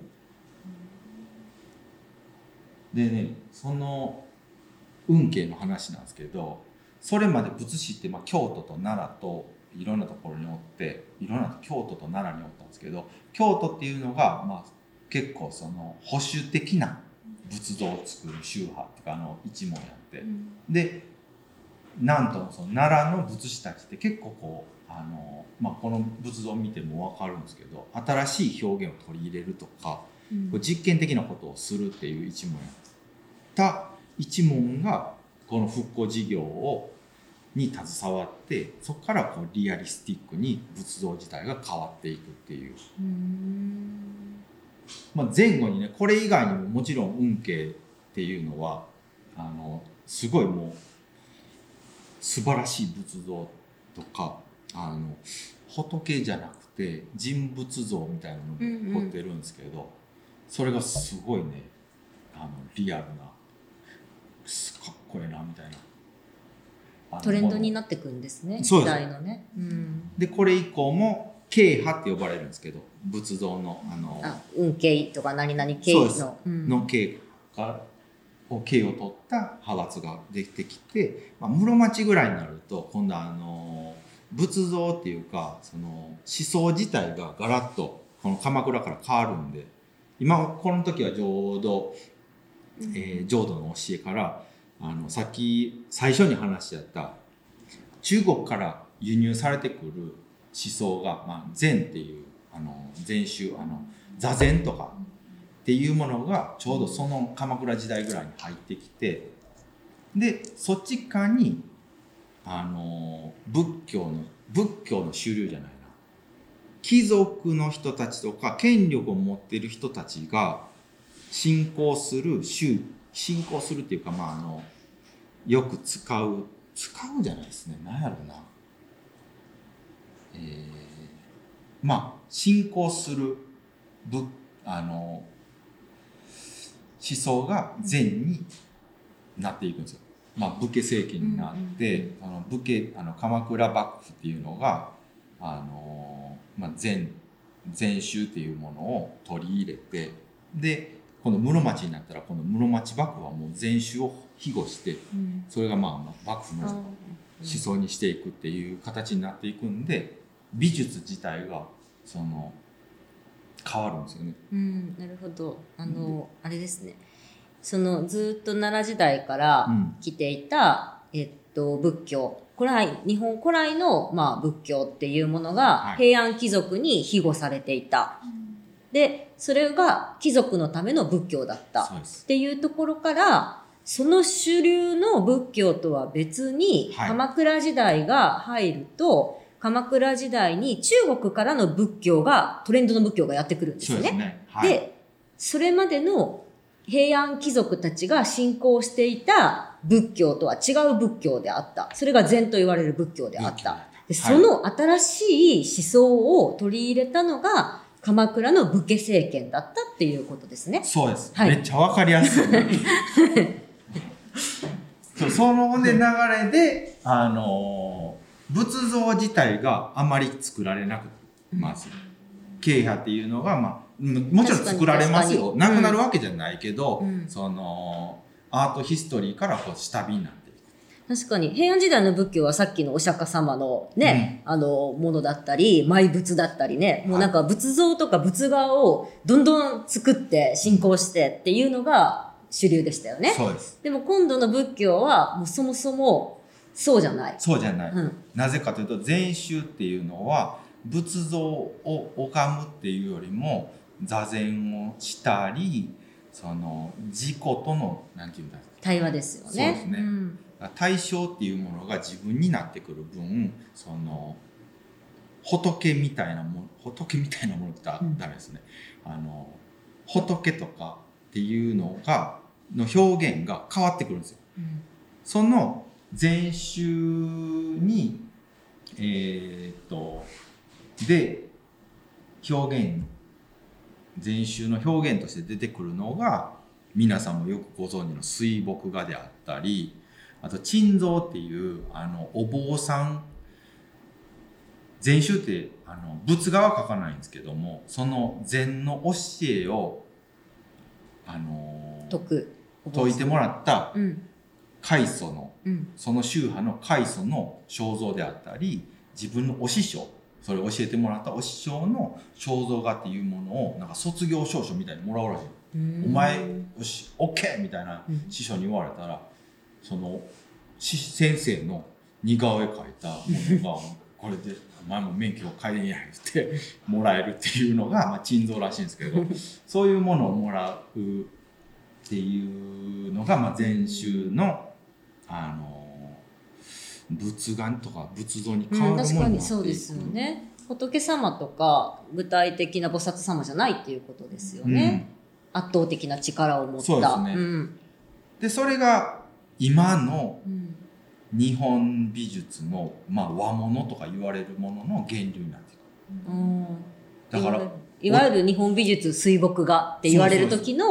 でね、その運慶の話なんですけど、それまで仏師ってまあ京都と奈良といろんなところにおって、いろんな京都と奈良におったんですけど、京都っていうのがまあ結構その保守的な仏像を作る宗派っていうかあの一門やって、うん、でなんともその奈良の仏師たちって結構こうあの、まあ、この仏像を見ても分かるんですけど、新しい表現を取り入れるとか、うん、実験的なことをするっていう一門やった一門がこの復興事業をに携わって、そこからこうリアリスティックに仏像自体が変わっていくっていう。うーん、まあ、前後にねこれ以外にももちろん運慶っていうのはあのすごいもう素晴らしい仏像とかあの仏じゃなくて人物像みたいなのも彫ってるんですけど、うんうん、それがすごいねあのリアルなかっこいいなみたいなトレンドになってくんですね、 そうです時代のね、うん、 でこれ以降も慶派って呼ばれるんですけど、仏像のあのあ運慶とか何々慶の、うん、 の慶が慶を取った派閥ができてきて、まあ、室町ぐらいになると今度はあの仏像っていうかその思想自体がガラッとこの鎌倉から変わるんで、今この時は浄土、えー、浄土の教えからあのさっき最初に話し合った中国から輸入されてくる思想が、まあ、禅っていうあの禅宗あの座禅とかっていうものがちょうどその鎌倉時代ぐらいに入ってきて、でそっち側にあの仏教の仏教の主流じゃないな貴族の人たちとか権力を持っている人たちが信仰する宗信仰するっていうか、まあ、あのよく使う使うじゃないですね、何やろうな、えー、まあ信仰する仏あの思想が禅になっていくんですよ。まあ、武家政権になって、うんうん、あの武家あの鎌倉幕府っていうのがあの、まあ、禅禅宗っていうものを取り入れて、でこの室町になったらこの室町幕府はもう禅宗を庇護して、うん、それがまあ幕府の思想にしていくっていう形になっていくんで、美術自体がその変わるんですよね。 うん、なるほど。あの、あれですね。そのずっと奈良時代から来ていた、うん、えっと仏教、古来日本古来のまあ仏教っていうものが平安貴族に庇護されていた。はい、で、それが貴族のための仏教だったっていうところから、その主流の仏教とは別に鎌倉時代が入ると。はい、鎌倉時代に中国からの仏教がトレンドの仏教がやってくるんですよね。そうですね。はい、で、それまでの平安貴族たちが信仰していた仏教とは違う仏教であった。それが禅と言われる仏教であった。で、その新しい思想を取り入れたのが鎌倉の武家政権だったっていうことですね。 そうです。はい、めっちゃわかりやすい。そう、その、ね、流れで、あのー仏像自体があまり作られなくます。慶派っていうのが、まあ、もちろん作られますよ。なくなるわけじゃないけど、うん、そのアートヒストリーからこう下火になっていく。 確かに平安時代の仏教はさっきのお釈迦様のね、うん、あのものだったり埋仏だったりね、もうなんか仏像とか仏画をどんどん作って信仰してっていうのが主流でしたよね。 そうです。 でも今度の仏教はもうそもそもそうじゃない。 そうじゃない。うん、なぜかというと禅宗っていうのは仏像を拝むっていうよりも座禅をしたり、その自己とのなんていうんだ対話ですよね。 そうですね。うん、対象っていうものが自分になってくる分、その仏みたいなもの仏みたいなものってダメですね。うん、あの仏とかっていうのがの表現が変わってくるんですよ。うん、その禅宗に、えー、っとで表現禅宗の表現として出てくるのが皆さんもよくご存知の水墨画であったり、あと珍蔵っていうあのお坊さん、禅宗ってあの仏画は描かないんですけども、その禅の教えをあの解く解いてもらった、 うん開祖の、うん、その宗派の開祖の肖像であったり、自分のお師匠、それを教えてもらったお師匠の肖像画っていうものをなんか卒業証書みたいにもらうらしい。お前よし OK みたいな師匠に言われたら、うん、その先生の似顔絵描いたものがこれでお前も免許を買えんやってもらえるっていうのが、まあ、珍蔵らしいんですけど、そういうものをもらうっていうのが、まあ、禅宗のあの仏画とか仏像に変わるものになっていく、うん、確かにそうですよね。仏様とか具体的な菩薩様じゃないっていうことですよね。うん、圧倒的な力を持った。 そうですね。うん、でそれが今の日本美術の、まあ、和物とか言われるものの源流になっていく。 うん、だからいわゆる日本美術水墨画って言われる時の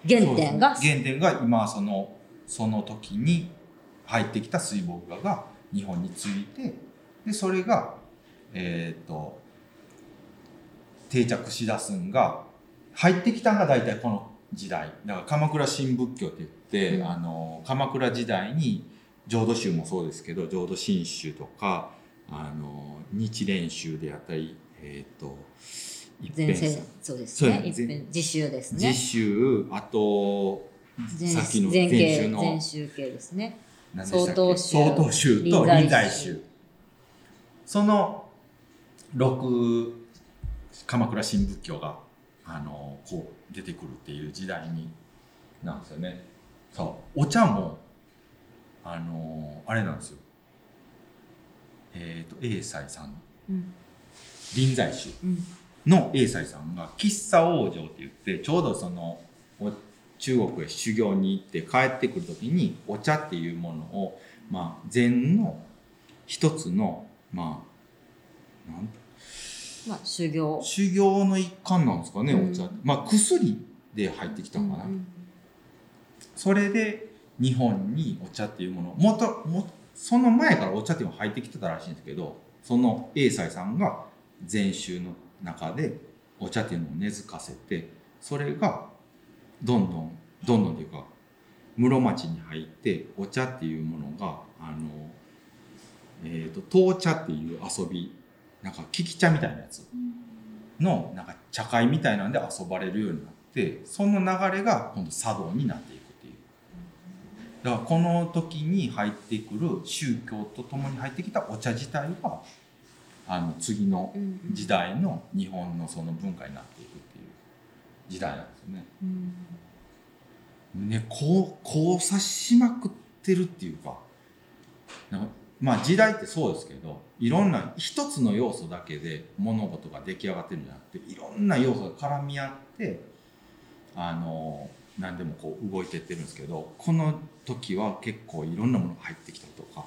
原点が、 原点が今そのその時に入ってきた水墨画が日本について、でそれがえっ、ー、と定着しだすんが入ってきたんが大体この時代だから鎌倉新仏教って言って、うん、あの鎌倉時代に浄土宗もそうですけど浄土真宗とかあの日蓮宗であったりえっ、ー、と前世そうですね一遍自宗ですね自宗あとさっきの前前宗の前宗系ですね曹洞宗曹洞宗と臨済宗そのろく鎌倉新仏教があのこう出てくるっていう時代になんですよね。そうお茶もあのあれなんですよ。えっ、ー、と栄西さん、うん、臨済宗の栄西さんが喫茶往生って言ってちょうどその中国へ修行に行って帰ってくる時にお茶っていうものを、まあ、禅の一つのまあなんまあ、修行修行の一環なんですかね、うん、お茶ってまあ薬で入ってきたのかな、うんうん、それで日本にお茶っていうものもともその前からお茶っていうのが入ってきてたらしいんですけどその栄西さんが禅宗の中でお茶っていうのを根付かせてそれがどんどんどんどんというか室町に入ってお茶っていうものがあの、えーと、闘茶っていう遊びなんか利き茶みたいなやつのなんか茶会みたいなんで遊ばれるようになってその流れが今度茶道になっていくっていうだからこの時に入ってくる宗教とともに入ってきたお茶自体があの次の時代の日本のその文化になっていくっていう時代なんですよね。ね、こう交差しまくってるっていうか、なんかまあ時代ってそうですけどいろんな一つの要素だけで物事が出来上がってるんじゃなくていろんな要素が絡み合ってあの何でもこう動いてってるんですけどこの時は結構いろんなものが入ってきたりとか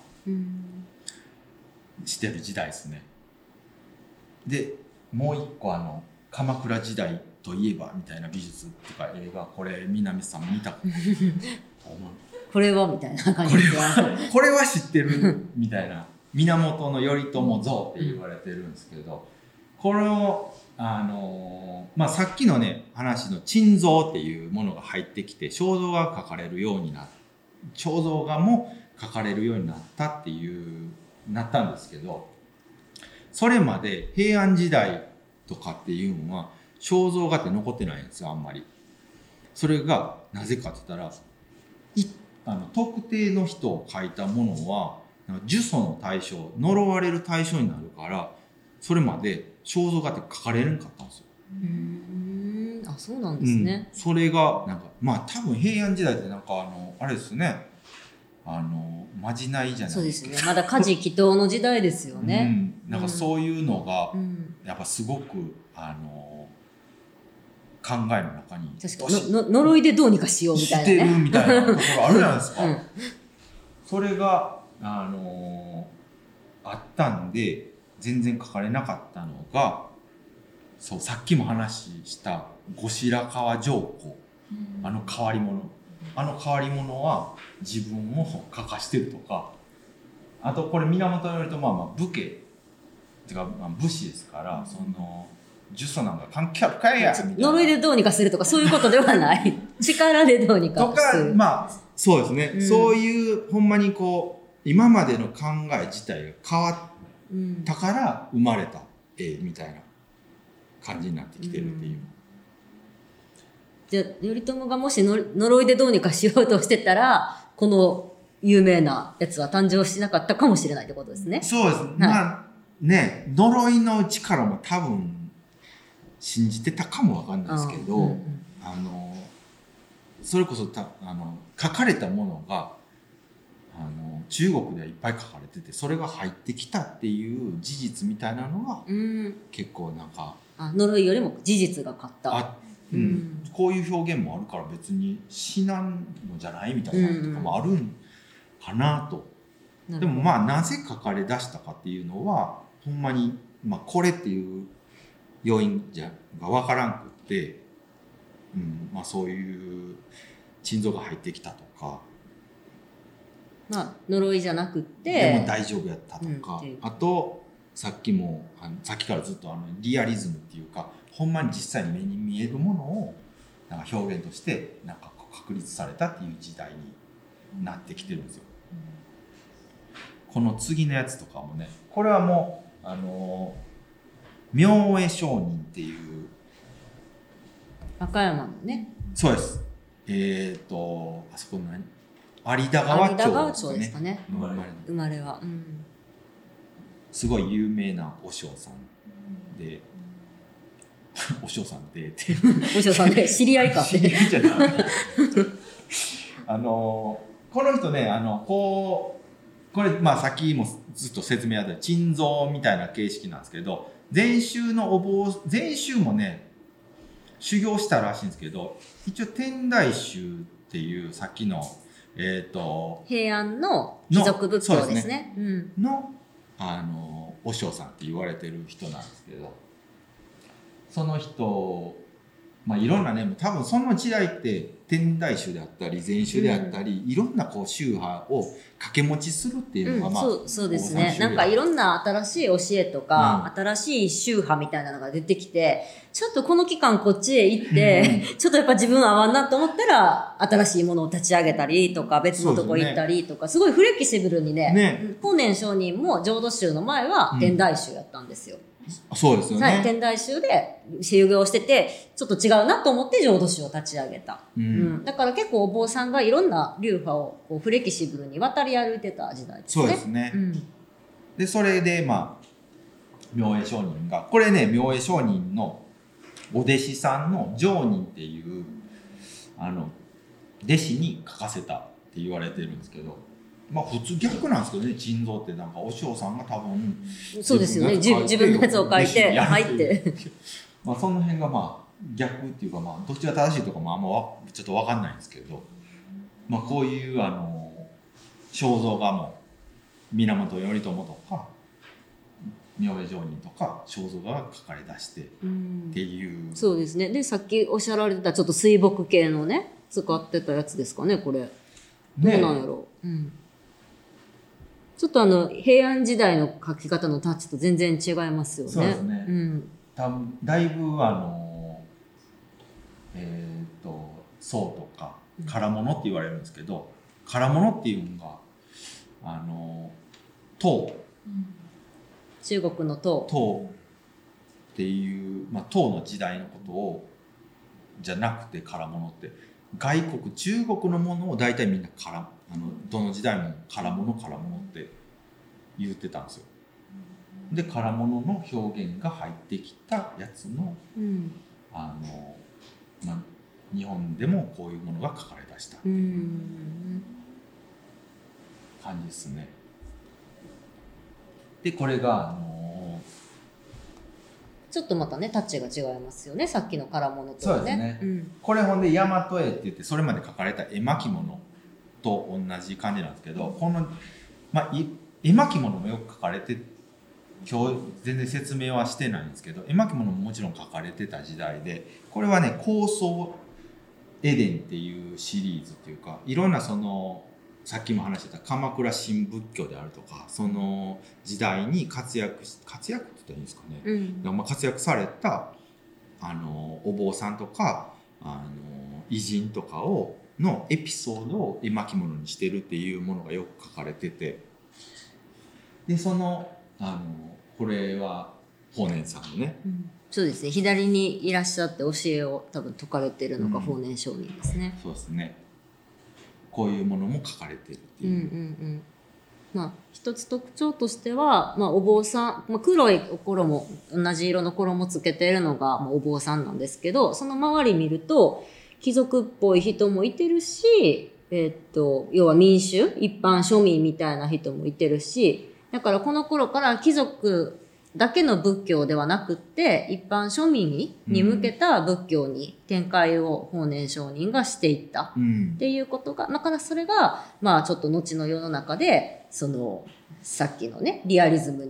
してる時代ですね。でもう一個あの鎌倉時代といえばみたいな美術とか映画これ南さん見たと思うこれはみたいな感じですこれはこれは知ってるみたいな源頼朝像って言われてるんですけどこのあのまあさっきのね話の珍像っていうものが入ってきて肖像画が描かれるようにな肖像画も描かれるようになったっていうなったんですけどそれまで平安時代とかっていうのは肖像画って残ってないんですよあんまり。それがなぜかって言ったらいあの特定の人を描いたものは呪詛の対象呪われる対象になるからそれまで肖像画って描かれるんかったんですよ。 うーんあそうなんですね、 うん、それがなんかまあ多分平安時代ってなんかあのあれですねあのまじないじゃないですか。 そうですねまだ家事祈祷の時代ですよね、 うん、なんかそういうのがやっぱすごくあの考えの中に確かにのの呪いでどうにかしようみたいな、ね、 してるみたいなところあるじゃないですか、うん、それがあのあったんで全然書かれなかったのがそうさっきも話した後白河上皇、うん、あの変わり者あの変わり者は自分を書かしてるとかあとこれ源頼朝はまあ武家ってかまあ武士ですから、うん、その呪詛なんか関係あるかいやみたいな呪いでどうにかするとかそういうことではない力でどうにかするとかまあそうですね、うん、そういうほんまにこう今までの考え自体が変わったから生まれた絵みたいな感じになってきてるっていう、うん、 じゃあ頼朝がもしの呪いでどうにかしようとしてたらこの有名なやつは誕生しなかったかもしれないってことですね。 そうです、はい、まあね呪いの力も多分信じてたかもわかんないですけど、うんうん、あのそれこそたあの書かれたものがあの中国ではいっぱい書かれててそれが入ってきたっていう事実みたいなのが、うん、結構なんかあ呪いよりも事実が勝った、 あ、うんうん、こういう表現もあるから別に死なんのじゃないみたいなのとかもあるんかなと、うんうん、でもまあなぜ書かれ出したかっていうのはほんまに、まあ、これっていう要因じゃが分からんくってうんまあ、そういう鎮蔵が入ってきたとか、 まあ、呪いじゃなくってでも大丈夫やったとか、 うん、 あとさっきもあのさっきからずっとあのリアリズムっていうか、ほんまに実際に目に見えるものをなんか表現としてなんか確立されたっていう時代になってきてるんですよ。うん、この次のやつとかもね、これはもうあの明恵上人っていう和歌山のね、 そうです。えっ、ー、とあそこの何有田川町、 有田川町ですかね、 生まれ生まれは、うん、 すごい有名な和尚さんで、お嬢さんでってお嬢さんで知り合いかって知り合いじゃないあのこの人ね、あのこうこれまあさっきもずっと説明あった鎮蔵みたいな形式なんですけど、禅宗のお坊禅宗もね修行したらしいんですけど、一応天台宗っていうさっきのえっ、ー、と平安の貴族仏教ですね、 ですね、 うん、 のあの和尚さんって言われてる人なんですけど、その人、まあ、いろんなね、多分その時代って天台宗であったり禅宗であったり、うん、いろんなこう宗派を掛け持ちするっていうのが、まあ、 うん、そうそうですね。なんかいろんな新しい教えとか、うん、新しい宗派みたいなのが出てきて、ちょっとこの期間こっちへ行って、うん、ちょっとやっぱ自分合わんなと思ったら新しいものを立ち上げたりとか、別のとこ行ったりとか、 す,、ね、すごいフレキシブルにね、ね、法然上人も浄土宗の前は天台宗やったんですよ。うん、 そうですよね、 はい、天台宗で修行しててちょっと違うなと思って浄土宗を立ち上げた、うんうん、だから結構お坊さんがいろんな流派をこうフレキシブルに渡り歩いてた時代ですね。 そうですね、うん、でそれでまあ明恵上人がこれね、明恵上人のお弟子さんの上人っていうあの弟子に書かせたって言われてるんですけど、まあ普通逆なんですけどね、鎮蔵ってなんかお師匠さんが多分そうですよね、自分のやつを書いて入ってまあその辺がまあ逆っていうか、まあどっちが正しいとかもあんまちょっと分かんないんですけど、まあこういうあの肖像画も源頼朝とか明恵上人とか肖像画が描かれ出してっていう、 うん、そうですね。でさっきおっしゃられてたちょっと水墨系のね使ってたやつですかね、これどうなんやろう、ね、うん、ちょっとあの平安時代の描き方のタッチと全然違いますよね。 そうですね、 うん、 多分だいぶあのえっ、ー、と宋とか唐物って言われるんですけど、唐物っていうのがあの唐、うん、 中国の唐唐っていう、まあ、唐の時代のことをじゃなくて唐物って外国中国のものを大体みんな唐あのどの時代も唐物唐物って言ってたんですよ。で唐物の表現が入ってきたやつの、うん、あの、まあ、日本でもこういうものが書かれ出したっていう感じですね。でこれがあのちょっとまたねタッチが違いますよね、さっきの唐物とはね。 そうですね、うん、これほんで大和絵って言ってそれまで描かれた絵巻物と同じ感じなんですけど、この、まあ、絵巻物もよく描かれて、今日全然説明はしてないんですけど、絵巻物ももちろん描かれてた時代で、これはね高僧絵伝っていうシリーズっていうか、いろんなそのさっきも話してた鎌倉新仏教であるとか、その時代に活躍し活躍って言ったらいいんですかね、うん、まあ活躍されたあのお坊さんとかあの偉人とかをのエピソードを絵巻物にしてるっていうものがよく書かれてて、でそのあのこれは法然さんのね、 うん、そうですね、左にいらっしゃって教えを多分説かれてるのが法然上人ですね、 うん、そうですね。こういうものも書かれてるっていう、うんうんうん、 まあ一つ特徴としては、まあ、お坊さん、まあ、黒いお衣同じ色の衣つけてるのが、まあ、お坊さんなんですけど、その周り見ると貴族っぽい人もいてるし、えー、っと要は民衆一般庶民みたいな人もいてるし、だからこの頃から貴族だけの仏教ではなくって一般庶民に向けた仏教に展開を法然上人がしていったっていうことが、だからそれがまあちょっと後の世の中でそのさっきのねリアリズムに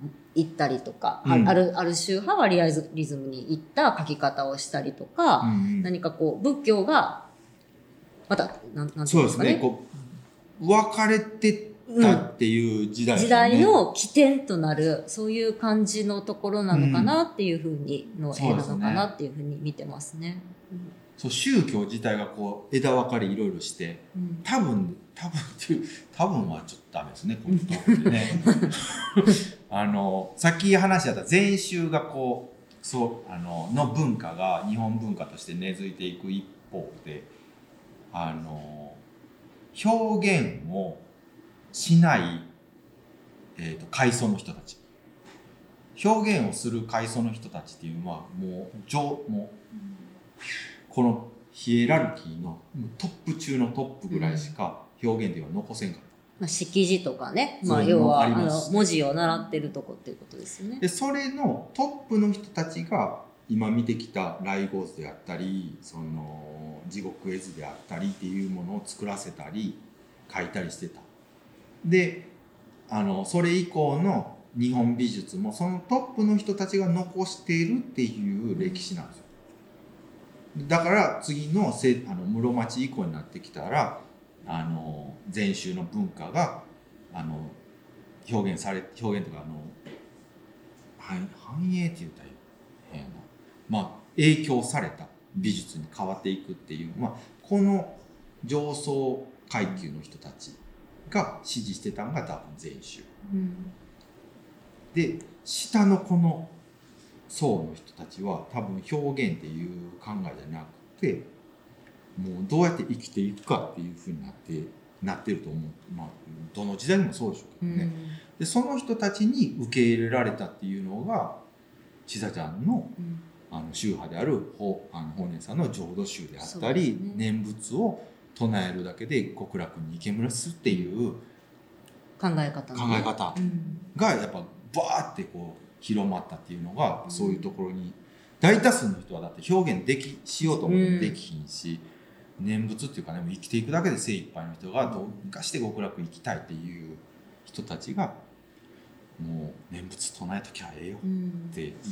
行ったりとか、 うん、 あるある宗派はリアリズムに行った書き方をしたりとか、うんうん、何かこう仏教がまたなんなんていうんですかね、 そうですね、こう分かれてたっていう時代、ね、 時代の起点となるそういう感じのところなのかなっていうふうにの絵なのかなっていうふうに見てますね。 そう宗教自体がこう枝分かれいろいろして、うん、多分多分っていう多分はちょっとダメですねこのところでねあのさっき話し合った禅宗がこうそうあのの文化が日本文化として根付いていく一方で、あの表現をしない、えーと、階層の人たち、表現をする階層の人たちっていうのはもう上もうこのヒエラルキーのトップ中のトップぐらいしか表現では残せんかった。 まあ、識字とかね、まあ、要はあの文字を習ってるとこっていうことですよね。 でそれのトップの人たちが今見てきた雷合図であったりその地獄絵図であったりっていうものを作らせたり書いたりしてた。であのそれ以降の日本美術もそのトップの人たちが残しているっていう歴史なんですよ。だから次のせあの室町以降になってきたらあの禅宗の文化があの表現され表現というかあの繁栄って言ったらいいな、まあ影響された美術に変わっていくっていう、まあ、この上層階級の人たちが支持してたのが多分禅宗、うん、で下のこの層の人たちは多分表現っていう考えじゃなくてもうどうやって生きていくかっていうふうになってなってると思う、まあ、どの時代でもそうでしょうけどね、うん、でその人たちに受け入れられたっていうのがちさちゃんの、うん、あの宗派である法あの法然さんの浄土宗であったり、ね、念仏を唱えるだけで極楽に行けますっていう考え方、 ね、考え方がやっぱバーってこう広まったっていうのが、うん、そういうところに大多数の人はだって表現できしようと思ってもできひんし、うん、念仏っていうかね生きていくだけで精一杯の人がどうかして極楽行きたいっていう人たちがもう念仏唱えときゃええよっていう、うん、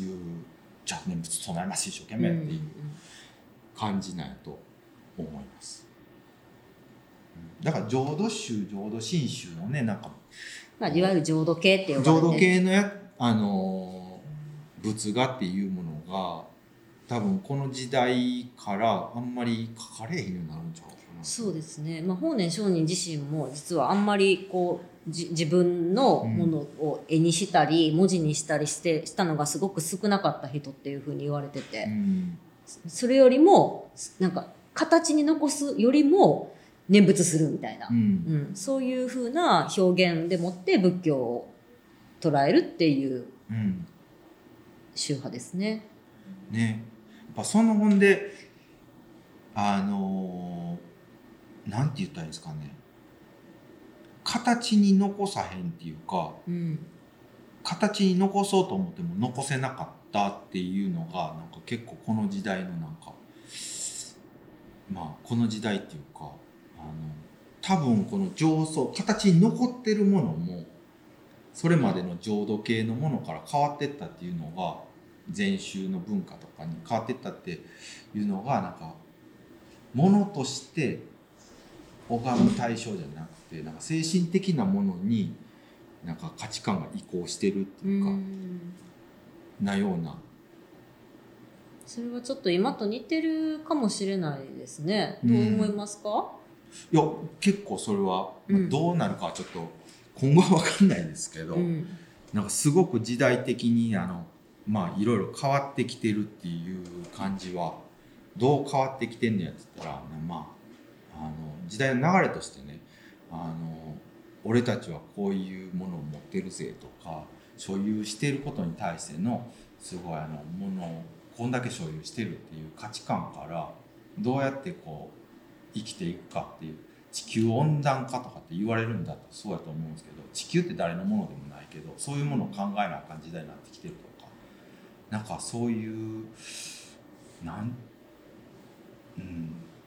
じゃあ念仏唱えます一生懸命っていう感じなんやと思います。だから浄土宗浄土真宗のねなんか、 まあ、いわゆる浄土系って呼ばれて浄土系のやあの仏画っていうものが多分この時代からあんまり書かれへんようになるんちゃうかな。 そうですね、まあ、法然上人自身も実はあんまりこうじ自分のものを絵にしたり、うん、文字にしたりしてしたのがすごく少なかった人っていうふうに言われてて、うん、それよりもなんか形に残すよりも念仏するみたいな、うんうん、そういうふうな表現でもって仏教を捉えるっていう宗派ですね。 うん、ね、やっぱその本であのー、なんて言ったらいいんですかね、形に残さへんっていうか、うん、形に残そうと思っても残せなかったっていうのがなんか結構この時代のなんかまあこの時代っていうかあの多分この上層形に残ってるものもそれまでの浄土系のものから変わってったっていうのが禅宗の文化とかに変わってったっていうのがなんかものとして拝む対象じゃなくてなんか精神的なものになんか価値観が移行してるっていうかなような。 それはちょっと今と似てるかもしれないですね。どう思いますか？ いや結構それは、まあ、どうなるかはちょっと今後は分かんないですけど、うん、なんかすごく時代的にあのまあいろいろ変わってきてるっていう感じはどう変わってきてんのやって言ったら、まあ、あの時代の流れとしてねあの俺たちはこういうものを持ってるぜとか所有していることに対してのすごいあのものをこんだけ所有してるっていう価値観からどうやってこう生きていくかっていう地球温暖化とかって言われるんだとそうやと思うんですけど地球って誰のものでもないけどそういうものを考えなあかん時代になってきてるとかなんかそういうなん、うん、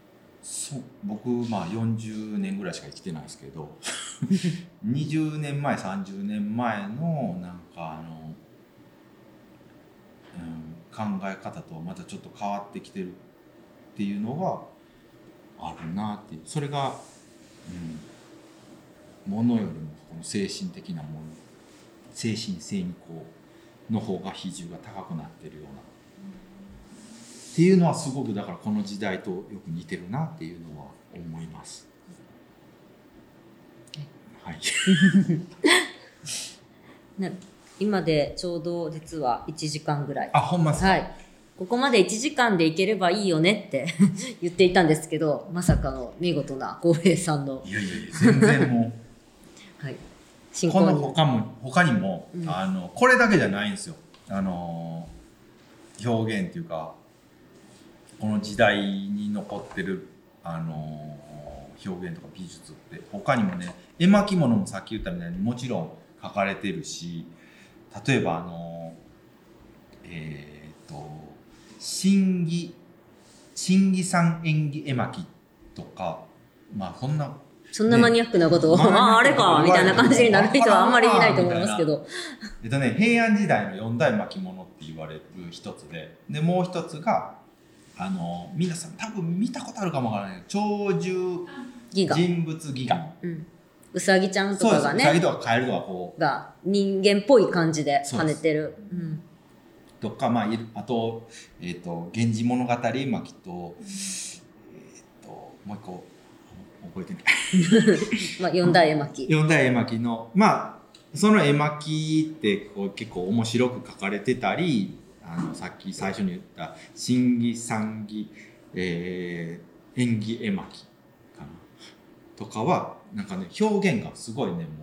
そう僕まあよんじゅうねんぐらいしか生きてないですけどにじゅうねんまえさんじゅうねんまえのなんかあの、うん、考え方とはまたちょっと変わってきてるっていうのがあるなっていう。それが、うん、ものよりもこの精神的なもの、精神性にこうの方が比重が高くなってるようなっていうのはすごくだからこの時代とよく似てるなっていうのは思います。はい。 な今でちょうど実はいちじかんぐらい。 あ、ほんまですか。 はい。ここまでいちじかんで行ければいいよねって言っていたんですけど、まさかの見事な浩平さんの。 いやいやいや、全然もう。 はい。進こ行に。 の他も他にも、うん、あのこれだけじゃないんですよ。あの表現っていうか。この時代に残ってる、あのー、表現とか美術って他にもね、絵巻物もさっき言ったみたいにもちろん書かれてるし、例えばあのー、えっ、ー、と新義新義山縁起絵巻とか、まあそんなそんなマニアックなことを、ね、あああれかみたいな感じになる人はあんまりいないと思いますけど、 えっとね、平安時代の四大巻物って言われる一つで、でもう一つがあの皆さん多分見たことあるかもわからない鳥獣人物戯画、うん、 うさぎちゃんとかがね、 うさぎとかカエルとかこうが人間っぽい感じで跳ねてる、うん、 とか、まあ、あと、えーと「源氏物語絵巻」と、えー、ともう一個覚えてないまあ四大絵巻四大絵巻のまあその絵巻ってこう結構面白く描かれてたり、あのさっき最初に言った新義三義、えー、縁起絵巻かなとかはなんかね表現がすごいねもう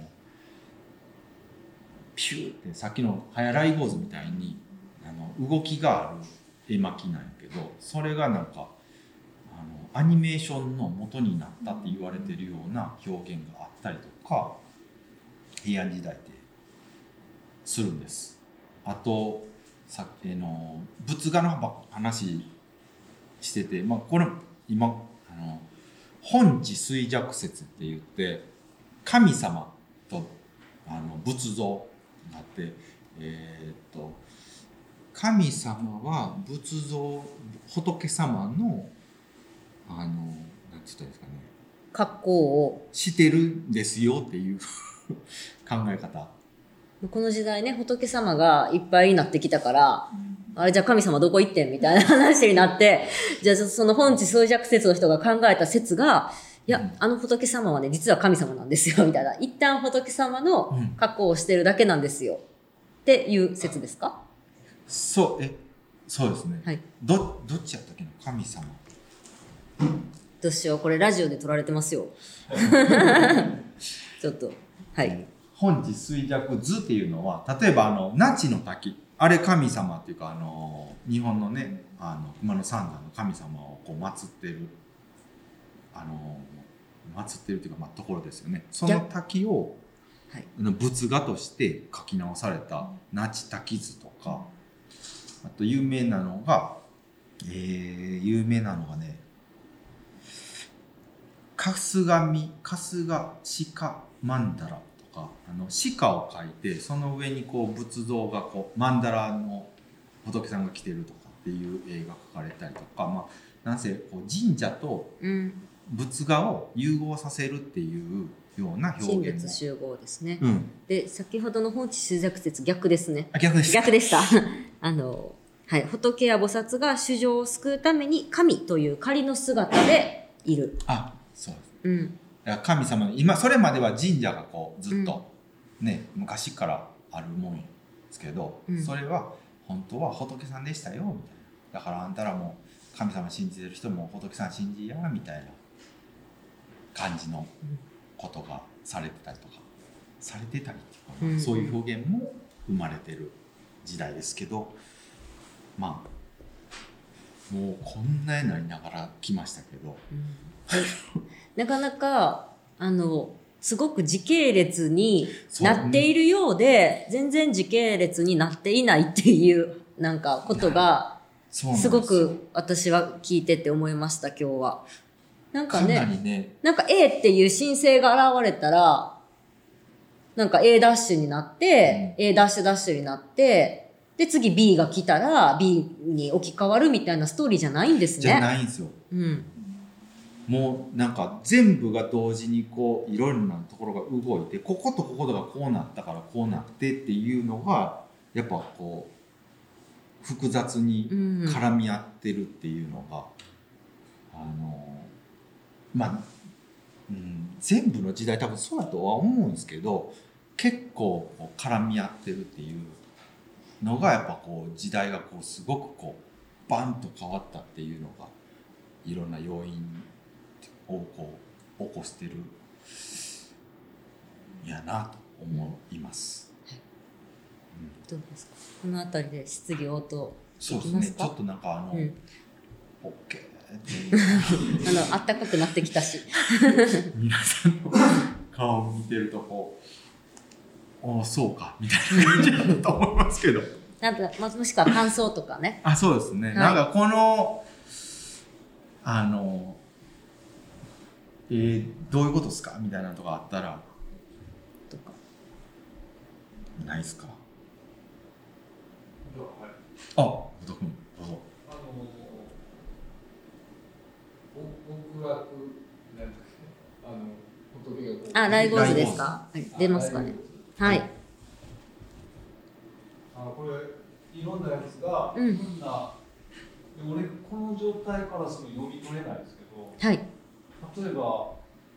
ピューってさっきの早来坊主みたいにあの動きがある絵巻なんやけど、それがなんかあのアニメーションの元になったって言われてるような表現があったりとか平安時代ってするんです。あとさっきの仏画の話してて、まあ、これ今あの本地衰弱説って言って神様とあの仏像があって、えー、っと神様は仏像仏様のあのなんて言ったらいいですかね、 格好をしてるんですよっていう考え方。 この時代ね、仏様がいっぱいになってきたから、うん、あれじゃあ神様どこ行ってんみたいな話になって、じゃあその本地衰弱説の人が考えた説が、いや、あの仏様はね、実は神様なんですよ、みたいな。一旦仏様の格好をしてるだけなんですよ。っていう説ですか？ そう、え、そうですね。 はい。 ど、どっちやったっけな、神様。 どうしよう、これラジオで撮られてますよ。ちょっと、はい。 本地衰弱図っていうのは、例えばあの那智の滝、あれ神様っていうかあの日本のね、あの熊野三山の神様をこう祀ってるあの祀ってるっていうか、まあ、ところですよね。その滝を、はい、仏画として描き直された那智滝図とか、あと有名なのが、えー、有名なのがね、春日見春日鹿曼荼羅。あの鹿を描いてその上にこう仏像がこう曼荼羅の仏さんが来てるとかっていう絵が描かれたりとか、まあ、なんせこう神社と仏画を融合させるっていうような表現も、 神仏集合ですね、 うん、 で先ほどの本地衰弱説逆ですね。 あ、逆です逆でしたあの、はい、仏や菩薩が衆生を救うために神という仮の姿でいる。 あ、そうです、 うん、 神様の今それまでは神社がこうずっとね、うん、昔からあるもんですけど、うん、それは本当は仏さんでしたよみたいな。だからあんたらも神様信じてる人も仏さん信じやみたいな感じのことがされてたりとか、されてたりっていうか、うん、そういう表現も生まれてる時代ですけど、まあもうこんな絵になりながら来ましたけど、 うんなかなかあのすごく時系列になっているようで、全然時系列になっていないっていうなんかことがすごく私は聞いてて思いました今日は。 なんかね、 かなりね、 なんか A っていう申請が現れたら、なんか A ダッシュになって、うん、A ダッシュダッシュになって、で次 B が来たら B に置き換わるみたいなストーリーじゃないんですね。 じゃないんですよ。 うん。 もうなんか全部が同時にこういろいろなところが動いて、こことこことがこうなったからこうなってっていうのがやっぱこう複雑に絡み合ってるっていうのが、うん、あのまあ、うん、全部の時代多分そうだとは思うんですけど、結構こう絡み合ってるっていうのがやっぱこう時代がこうすごくこうバンと変わったっていうのがいろんな要因をこう起こしてるやなと思います。 はいうん、どうですか、このあたりで質疑応答できますか？そうですね、ちょっとなんかあの、うん、オッケーあのあったかくなってきたし皆さんの顔を見てるとこう、おそうかみたいな感じだと思いますけどなんか、まあ、もしくは感想とかね。 あ、そうですね、はい、なんかこのあのえー、どういうことですかみたいなのとかあったらとかないですか？あ、後藤君どうぞ。 あの極楽なんだっけ、あの仏がこうあ、ライゴーズですか？出ますかね。はい。 あ、これいろんなやつが、うん、いろんな俺この状態からその読み取れないですけど、 はい。 例えばこ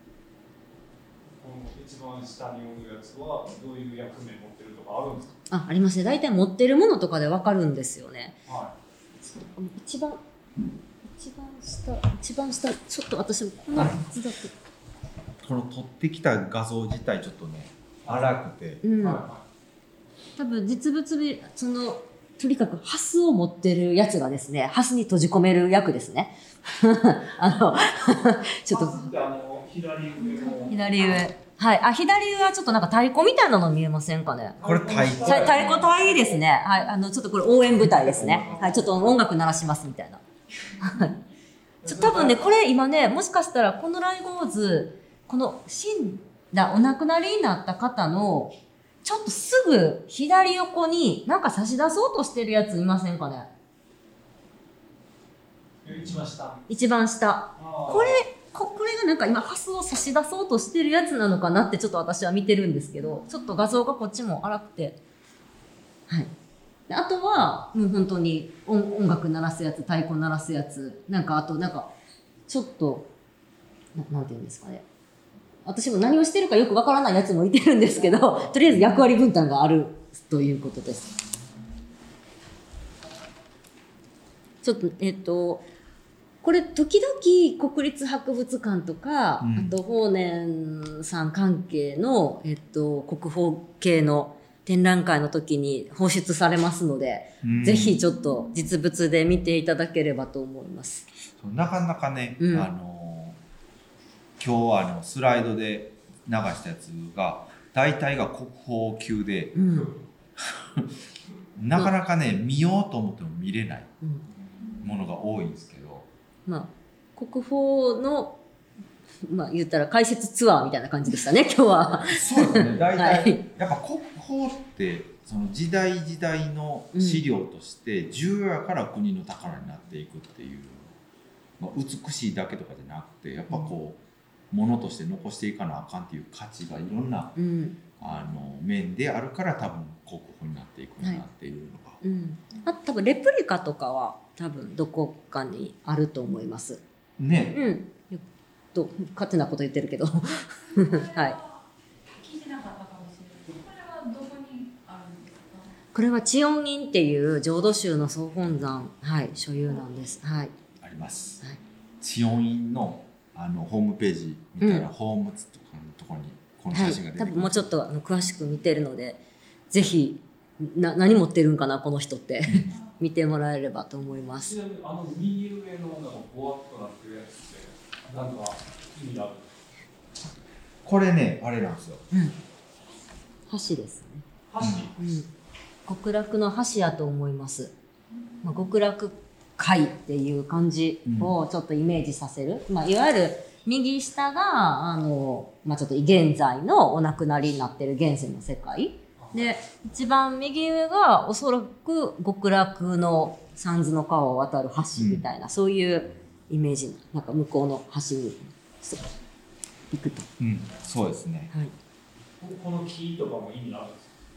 の一番下におるやつはどういう役目持ってるとかあるんですか？ あ、ありますね。大体持ってるものとかでわかるんですよね。 はい。 一番一番下一番下ちょっと私もこの図だけこの撮ってきた画像自体ちょっとね荒くて、 うん、多分実物でそのとにかくハスを持ってるやつがですね、ハスに閉じ込める役ですね。あのちょっと左上の左上、はい、あ、左上はちょっとなんか太鼓みたいなの見えませんかね。 これ太鼓太鼓隊ですね。はい、あのちょっとこれ応援部隊ですね。はい、ちょっと音楽鳴らしますみたいな。ちょ多分ねこれ今ね、もしかしたらこのライゴーズ、この死んだお亡くなりになった方のちょっとすぐ左横になんか差し出そうとしてるやついませんかね。 一番下。 一番下。これこ、これがなんか今ハスを差し出そうとしてるやつなのかなってちょっと私は見てるんですけど、ちょっと画像がこっちも荒くて、はい。あとはもう本当に 音, 音楽鳴らすやつ、太鼓鳴らすやつ、なんかあとなんかちょっと な, なんていうんですかね。私も何をしてるかよくわからないやつもいてるんですけど、とりあえず役割分担があるということです。ちょっとえっとこれ時々国立博物館とか、うん、あと法然さん関係の、えっと、国宝系の展覧会の時に放出されますので、うん、ぜひちょっと実物で見ていただければと思います。 なかなかね、うん、あの今日あのスライドで流したやつが大体が国宝級で、うん、なかなかね、うん、見ようと思っても見れないものが多いんですけど、 まあ、国宝の、まあ、言ったら解説ツアーみたいな感じでしたね、今日は。 そうですね、大体、はい、やっぱ国宝ってその時代時代の資料として重要やから国の宝になっていくっていう、まあ、美しいだけとかじゃなくて、やっぱこうものとして残していかなあかんっていう価値がいろんな、うん、あの面であるから多分国宝になっていくんだなっていうのが、はい、 うん、あと多分レプリカとかは多分どこかにあると思いますね。 うん。と勝手なこと言ってるけど、はい。聞いてなかったかもしれない。これはどこにあるんですか？これは知恩院っていう浄土宗の総本山、はい、所有なんです。はい。 あります。はい、知恩院のあのホームページ見たら、うん、ホームズとかのところにこの写真が出てくる。はい、多分もうちょっとあの詳しく見てるので、ぜひな何持ってるんかなこの人って見てもらえればと思います。 ちなみにあの右上のなんかボワッとなってるやつってなんか意味ある？ これね、あれなんですよ。 うん、箸ですね。 箸？ うん。極楽の箸やと思います。まあ、極楽貝っていう感じをちょっとイメージさせる、うん、まあ、いわゆる右下があの、まあ、ちょっと現在のお亡くなりになってる現世の世界で、一番右上がおそらく極楽の三途の川を渡る橋みたいな、うん、そういうイメージ、なんか向こうの橋に行くと、 うん、そうですね、 はい、 この木とかも意味あるん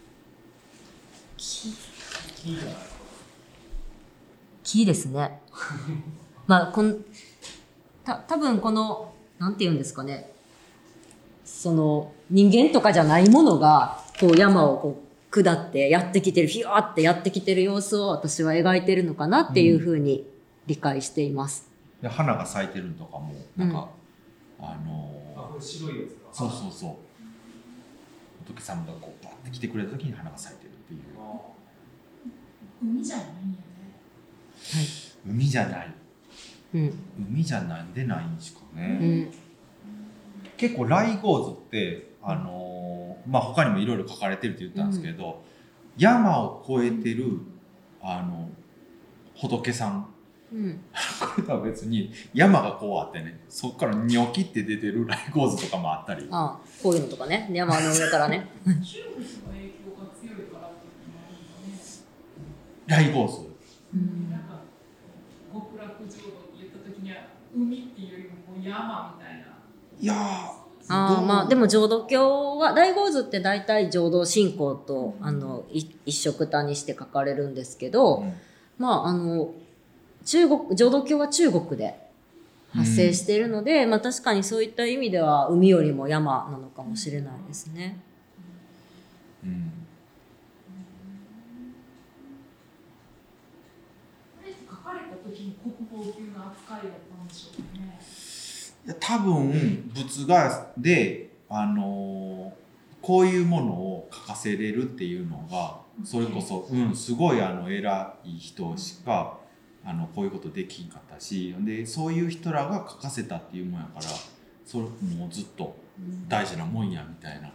ですか？木木じゃない木ですねまあこんた多分このなんて言うんですかね、その人間とかじゃないものがこう山をこう下ってやってきてる、ひわーってやってきてる様子を私は描いてるのかなっていうふうに理解しています、 うん、で花が咲いてるのとかもなんか、うん、あのー、 あ、これ白いやつか。 そうそうそう、仏様がこうバッて来てくれた時に花が咲いてるっていう。 海じゃないんやね。 はい、 海じゃない、 うん、 海じゃなんでないんですかね、 うん、 結構ライゴーズってあのー、まあ他にもいろいろ書かれてるって言ったんですけど、うん、山を越えてるあの仏さん、うん、これは別に山がこうあってね、そこからニョキって出てるライゴーズとかもあったり、 ああ、こういうのとかね、山の上からね中国の影響が強いからっていうのもあるんですかね。 ライゴーズ、 うん、なんか極楽浄土って言った時には海っていうよりもこう山みたいな。 いやーあまあでも浄土教はライゴーズって大体浄土信仰と、うん、あの一色たにして書かれるんですけど、うん、まああの中国浄土教は中国で発生しているので、うん、まあ確かにそういった意味では海よりも山なのかもしれないですね。 うん、 これって書かれた時に国宝級の扱いだったんでしょうかね。 いや多分仏画で、あのー、こういうものを書かせれるっていうのがそれこそ、うん、すごいあの偉い人しかあのこういうことできんかったし、でそういう人らが書かせたっていうもんやから、それもうずっと大事なもんやみたいな、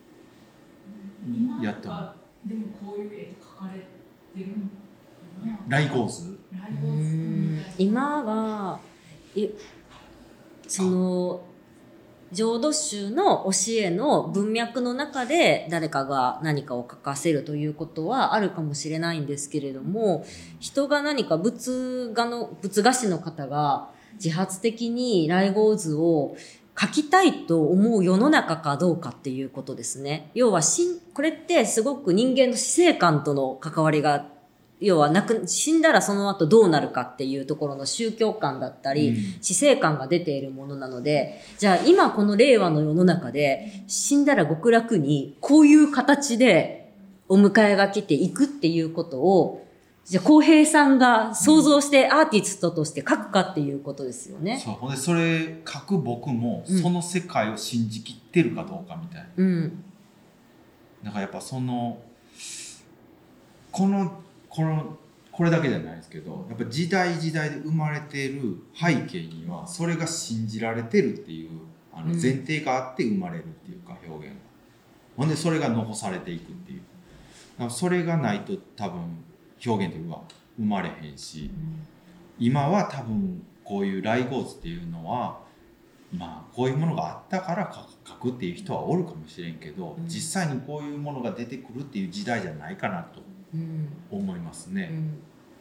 うん、やってもでもこういう絵描かれてるのかな。 ライゴーズ、 ライゴーズ、うん、 今はいその浄土宗の教えの文脈の中で誰かが何かを書かせるということはあるかもしれないんですけれども、人が何か仏画の仏画師の方が自発的にライゴーズを書きたいと思う世の中かどうかっていうことですね。要はしこれってすごく人間の死生観との関わりが、要はなく死んだらその後どうなるかっていうところの宗教観だったり、うん、死生観が出ているものなので、じゃあ今この令和の世の中で死んだら極楽にこういう形でお迎えが来ていくっていうことを、じゃあ浩平さんが想像してアーティストとして書くかっていうことですよね。 そう。でそれ書く僕もその世界を信じきってるかどうかみたいな。うん。だからやっぱそのこのこのこれだけじゃないですけど、やっぱ時代時代で生まれている背景にはそれが信じられてるっていうあの前提があって生まれるっていうか、表現が、ほんでそれが残されていくっていう、だからそれがないと多分表現というのは生まれへんし、今は多分こういうライゴーズっていうのはまあこういうものがあったから書くっていう人はおるかもしれんけど、実際にこういうものが出てくるっていう時代じゃないかなと思いますね。うんうん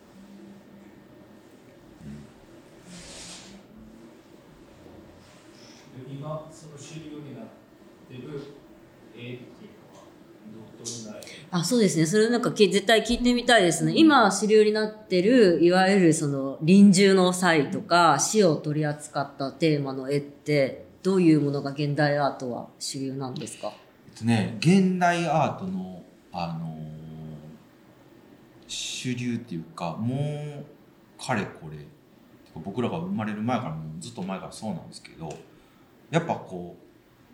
うん、今その主流になってる絵っていうのはどんな絵？ あ、そうですね。それなんか絶対聞いてみたいですね。今主流になってるいわゆるその臨終の際とか死を取り扱ったテーマの絵ってどういうものが現代アートは主流なんですか？ えっとね、現代アートのあのー主流っていうか、もうかれこれ僕らが生まれる前からもうずっと前からそうなんですけど、やっぱこう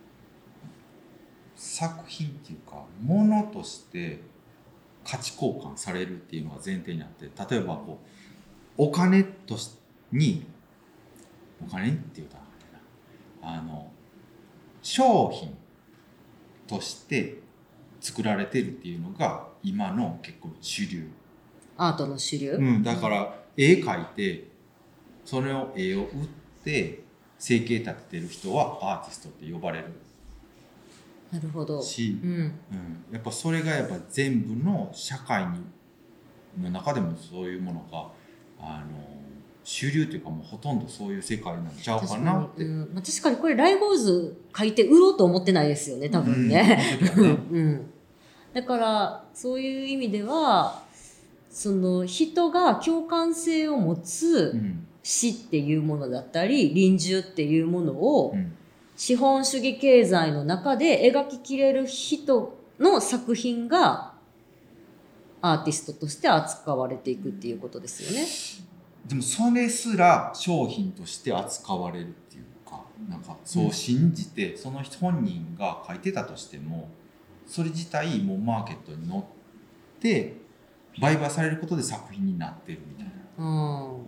作品っていうかものとして価値交換されるっていうのが前提にあって、例えばこうお金としにお金っていうかあの商品として作られてるっていうのが今の結構主流。 アートの主流、 うん、だから絵描いてそれを絵を売って生計立ててる人はアーティストって呼ばれるなるほどし、 うんうん、やっぱそれがやっぱ全部の社会にの中でもそういうものがあの主流というかもうほとんどそういう世界になっちゃうかなって。 確かに、うんまあ、確かにこれライゴーズ書いて売ろうと思ってないですよね多分ね。 うんねうん、だからそういう意味ではその人が共感性を持つうん詩っていうものだったり臨終っていうものを、 うん資本主義経済の中で描ききれる人の作品がアーティストとして扱われていくっていうことですよね。 でもそれすら商品として扱われるっていうか、なんかそう信じて、うん、その本人が書いてたとしてもそれ自体もうマーケットに乗って売買されることで作品になってるみたいな、うんうん、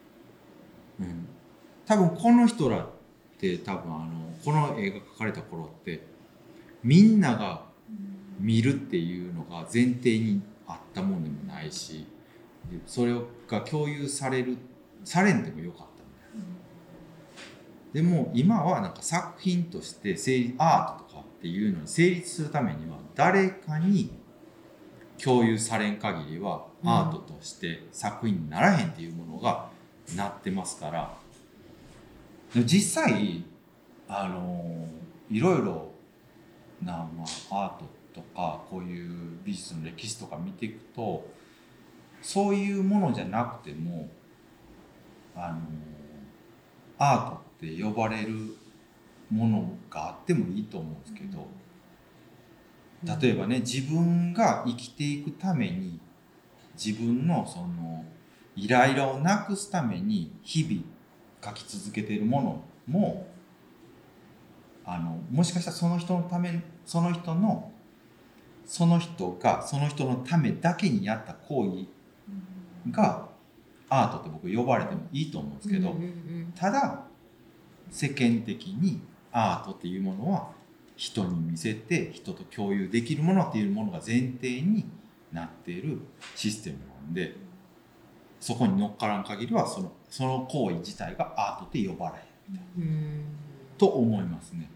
多分この人らって多分あのこの映画描かれた頃ってみんなが見るっていうのが前提にあったものでもないし、それが共有されるされんでもよかったみたいな。でも今はなんか作品として成立アートとかっていうのに成立するためには誰かに共有されん限りはアートとして作品にならへんっていうものがなってますから、実際あのいろいろな、まあ、アートとかこういう美術の歴史とか見ていくとそういうものじゃなくてもあのアートって呼ばれるものがあってもいいと思うんですけど、例えばね自分が生きていくために自分のそのイライラをなくすために日々書き続けているものもあのもしかしたらその人のためその人のその人がその人のためだけにやった行為がアートって僕呼ばれてもいいと思うんですけど、ただ世間的にアートっていうものは人に見せて人と共有できるものっていうものが前提になっているシステムなんで、そこに乗っからん限りはそのその行為自体がアートって呼ばれへんみたいなと思いますね。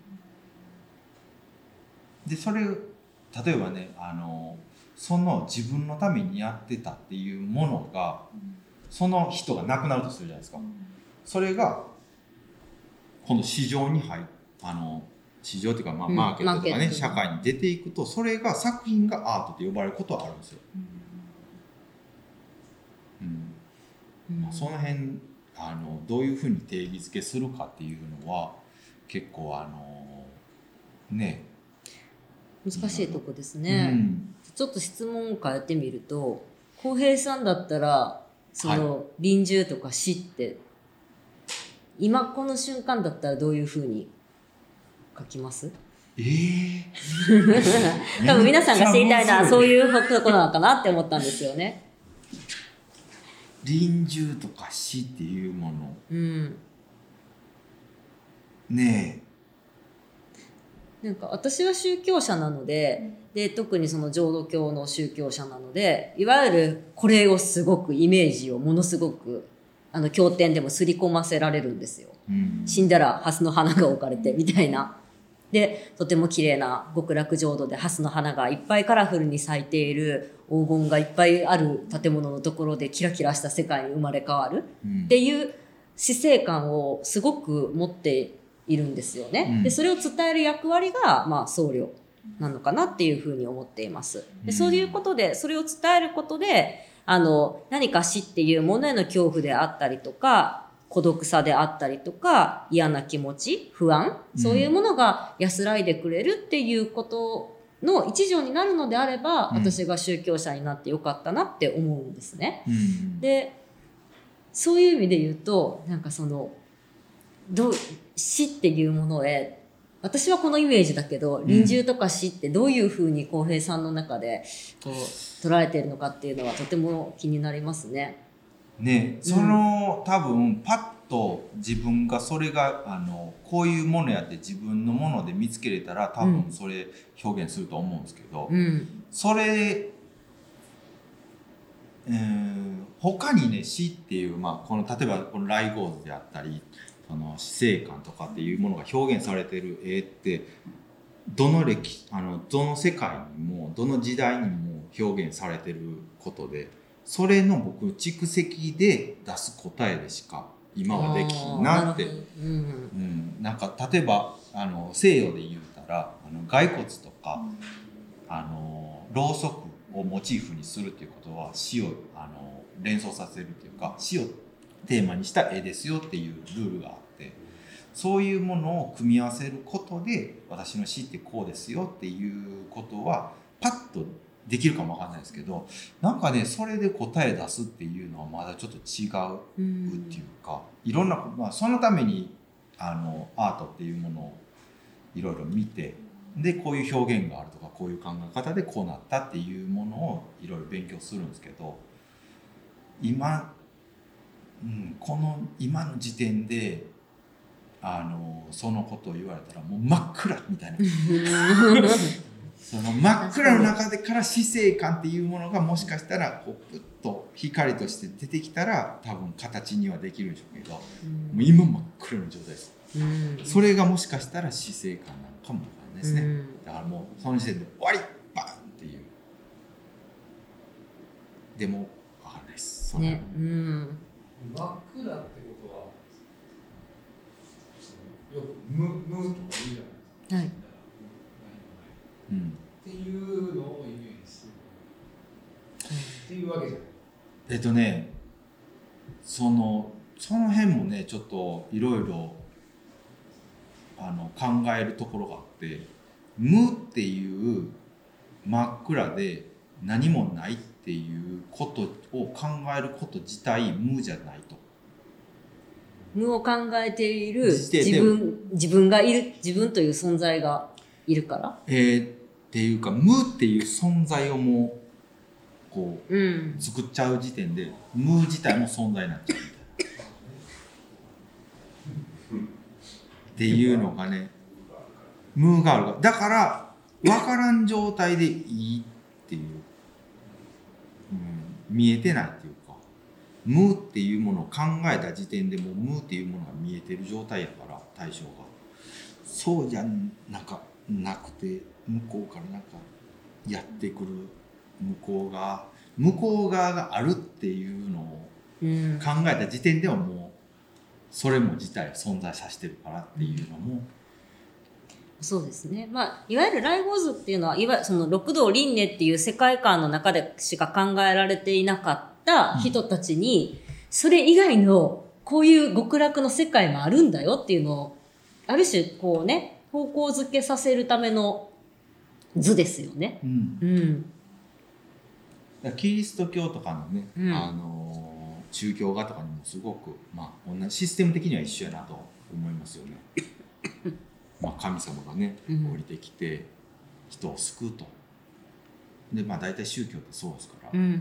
でそれ例えばねあのその自分のためにやってたっていうものがその人が亡くなるとするじゃないですか。それが今度市場に入っあの市場っていうか、まあ、マーケットとかね、うん、社会に出ていくとそれが作品がアートって呼ばれることはあるんですよ。うんうんまあ、その辺あのどういうふうに定義づけするかっていうのは結構あのね難しいとこですね、うん、ちょっと質問を変えてみると浩平さんだったらその臨終とか死って、はい、今この瞬間だったらどういうふうに書きます？ えー、 多分皆さんが知りたいのはそういうところなのかなって思ったんですよね。 臨終とか死っていうもの、 うん、 ねえなんか私は宗教者なので、で特にその浄土教の宗教者なのでいわゆるこれをすごくイメージをものすごくあの経典でも刷り込ませられるんですよ、うん、死んだら蓮の花が置かれてみたいなでとても綺麗な極楽浄土で蓮の花がいっぱいカラフルに咲いている黄金がいっぱいある建物のところでキラキラした世界に生まれ変わるっていう死生観をすごく持っているんですよね、うん、でそれを伝える役割が、まあ、僧侶なのかなっていうふうに思っています。でそういうことでそれを伝えることであの何か死っていうものへの恐怖であったりとか孤独さであったりとか嫌な気持ち不安そういうものが安らいでくれるっていうことの一助になるのであれば、うん、私が宗教者になってよかったなって思うんですね、うん、でそういう意味で言うとなんかそのどう死っていうものへ私はこのイメージだけど臨終とか死ってどういうふうに浩平さんの中でこう捉えているのかっていうのはとても気になりますね。 ね、その、うん、多分パッと自分がそれがあのこういうものやって自分のもので見つけれたら多分それ表現すると思うんですけど、うん、それえー、他にね詩っていう、まあ、この例えばこのライゴーズであったりその死生観とかっていうものが表現されてる絵ってどの歴あのどの世界にもどの時代にも表現されてることでそれの僕蓄積で出す答えでしか今はできひんなって、うんうん、なんか例えばあの西洋で言うたらあの骸骨とか、うん、あのろうそくをモチーフにするっていうことは死をあの連想させるっていうか死をテーマにした絵ですよっていうルールがあってそういうものを組み合わせることで私の死ってこうですよっていうことはパッとできるかもわかんないですけどなんかねそれで答え出すっていうのはまだちょっと違うっていうかいろんな、まあ、そのためにあのアートっていうものをいろいろ見てでこういう表現があるとかこういう考え方でこうなったっていうものをいろいろ勉強するんですけど今、うん、この今の時点であのそのことを言われたらもう真っ暗みたいなその真っ暗の中でから死生観っていうものがもしかしたらこうプッと光として出てきたら多分形にはできるんでしょうけど、うん、もう今真っ暗の状態です、うん、それがもしかしたら死生観なのかもわかんないですね、うん、だからもうその時点で終わりバーンっていうでもわかんないですそね、うん、 真っ暗ってことはよく無無とか言うじゃないですか、はいうん、っていうのをイメージする、うん、っていうわけじゃないえっとねそのその辺もねちょっといろいろあの考えるところがあって無っていう真っ暗で何もないっていうことを考えること自体無じゃないと無を考えている自分自分がいる自分という存在がいるから、 えー、っていうか無っていう存在をもうこう、うん、作っちゃう時点で無自体も存在になっちゃうみたいなっていうのがね無があるからだから分からん状態でいいっていう、うん、見えてないっていうか無っていうものを考えた時点でもう無っていうものが見えてる状態やから対象がそうじゃなんかなくて向こうからなんかやってくる向こう側向こう側があるっていうのを考えた時点ではもうそれも自体を存在させてるからっていうのも、うん、 そうですね、まあ、いわゆるライゴーズっていうのはいわゆるその六道輪廻っていう世界観の中でしか考えられていなかった人たちに、うん、それ以外のこういう極楽の世界もあるんだよっていうのをある種こうね方向づけさせるための図ですよね、うんうん、 だキリスト教とかのね、うん、あの宗教画とかにもすごく、まあ、同じシステム的には一緒やなと思いますよねまあ神様がね降りてきて人を救うとでまあ大体宗教ってそうですから、うん、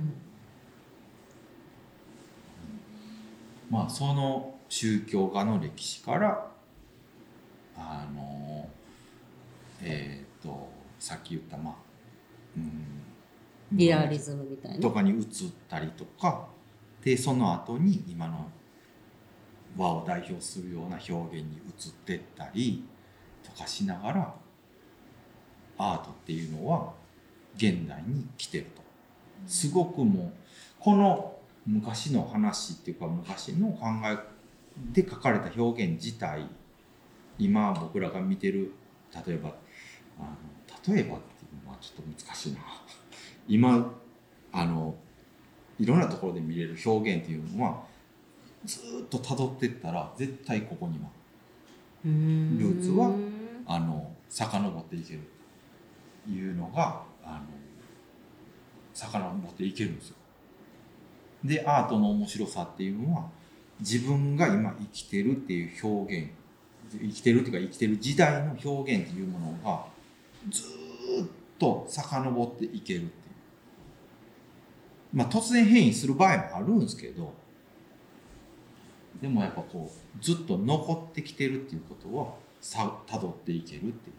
まあその宗教画の歴史からあのえっ、ー、とさっき言ったまあ、うん、 リアリズムみたいなとかに移ったりとかでその後に今の和を代表するような表現に移っていったりとかしながらアートっていうのは現代に来てるとすごくもうこの昔の話っていうか昔の考えで書かれた表現自体今僕らが見てる例えばあの例えばっていうのはちょっと難しいな今あのいろんなところで見れる表現っていうのはずっと辿っていったら絶対ここにはルーツはあの遡っていけるというのがあの遡っていけるんですよ。でアートの面白さっていうのは自分が今生きてるっていう表現生きてるっていうか生きてる時代の表現っていうものがずっと遡っていけるっていう。まあ突然変異する場合もあるんですけどでもやっぱこうずっと残ってきてるっていうことはさ辿っていけるって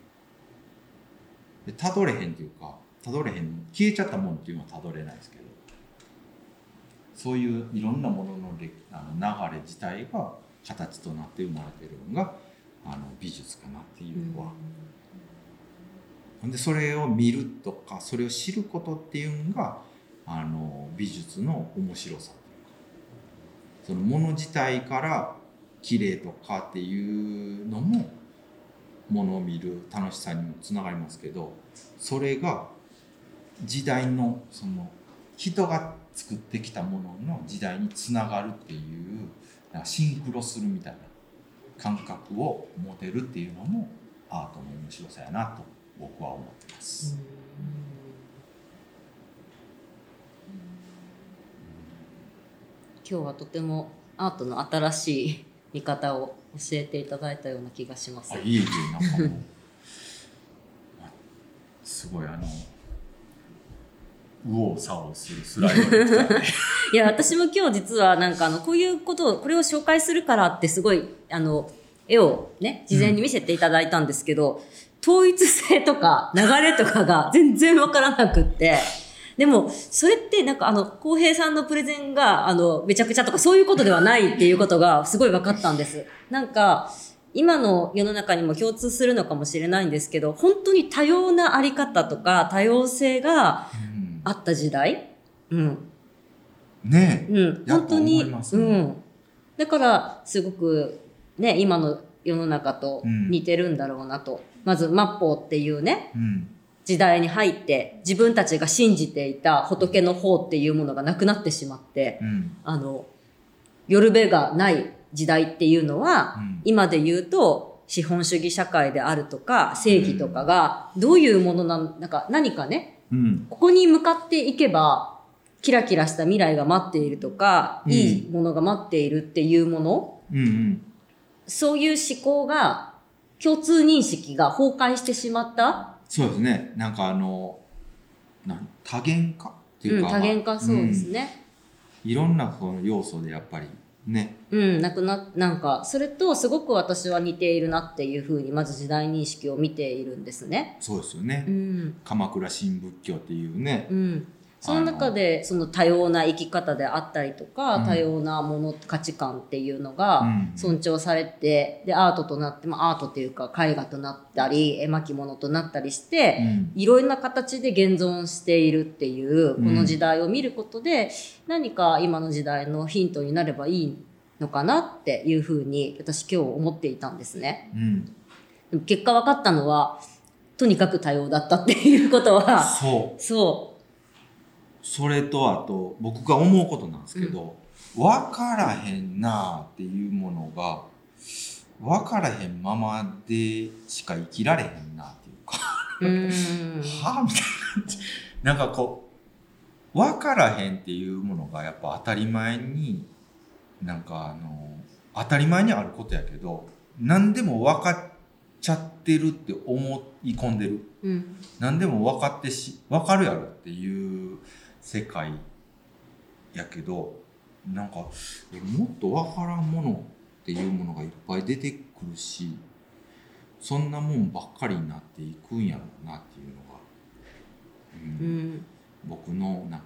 いうで辿れへんっていうか辿れへん消えちゃったものっていうのは辿れないですけどそういういろんなもののれあの流れ自体が形となって生まれてるのがあの美術かなっていうのは、うん、でそれを見るとかそれを知ることっていうのがあの美術の面白さというか、そのもの自体から綺麗とかっていうのもものを見る楽しさにもつながりますけど、それが時代のその人が作ってきたものの時代につながるっていうなんかシンクロするみたいな感覚を持てるっていうのもアートの面白さやなと僕は思ってます。 今日はとてもアートの新しい見方を教えていただいたような気がします。 あ、いえいえ、なんかもうすごいあの右往左往するスライドできたねいや私も今日実はなんかあのこういうことをこれを紹介するからってすごいあの絵をね事前に見せていただいたんですけど、うん、統一性とか流れとかが全然わからなくってでもそれってなんかあの浩平さんのプレゼンがあのめちゃくちゃとかそういうことではないっていうことがすごい分かったんです。なんか今の世の中にも共通するのかもしれないんですけど、本当に多様なあり方とか多様性があった時代、うん、 ねえ、 うん、本当に、 ね、 うん、だからすごくね今の世の中と似てるんだろうなと、うん、まず末法っていうね、うん、時代に入って自分たちが信じていた仏の法っていうものがなくなってしまって、うん、あの夜べがない時代っていうのは、うん、今で言うと資本主義社会であるとか正義とかがどういうものなの、なんか何かね、うん、ここに向かっていけばキラキラした未来が待っているとか、うん、いいものが待っているっていうもの、うんうん、そういう思考が共通認識が崩壊してしまった。 そうですね。なんかあのなん多元化っていうか、 うん、多元化、そうですね、 うん、いろんなこの要素でやっぱりね、 うん、なくな、なんかそれとすごく私は似ているなっていうふうにまず時代認識を見ているんですね。 そうですよね、うん、鎌倉新仏教っていうね、 うん、その中でその多様な生き方であったりとか、うん、多様なもの価値観っていうのが尊重されて、でアートとなって、まあ、アートっていうか絵画となったり絵巻物となったりして、うん、いろんな形で現存しているっていうこの時代を見ることで、うん、何か今の時代のヒントになればいいのかなっていうふうに私今日思っていたんですね、うん、でも結果分かったのはとにかく多様だったっていうことはそうそうそれとあと僕が思うことなんですけど、うん、分からへんなっていうものが分からへんままでしか生きられへんなっていうかうーんはぁみたいななんかこう分からへんっていうものがやっぱ当たり前になんかあの当たり前にあることやけど何でも分かっちゃってるって思い込んでる、うん、何でも分かってし分かるやろっていう世界やけどなんかもっと分からんものっていうものがいっぱい出てくるしそんなもんばっかりになっていくんやろうなっていうのが、うんうん、僕のなんか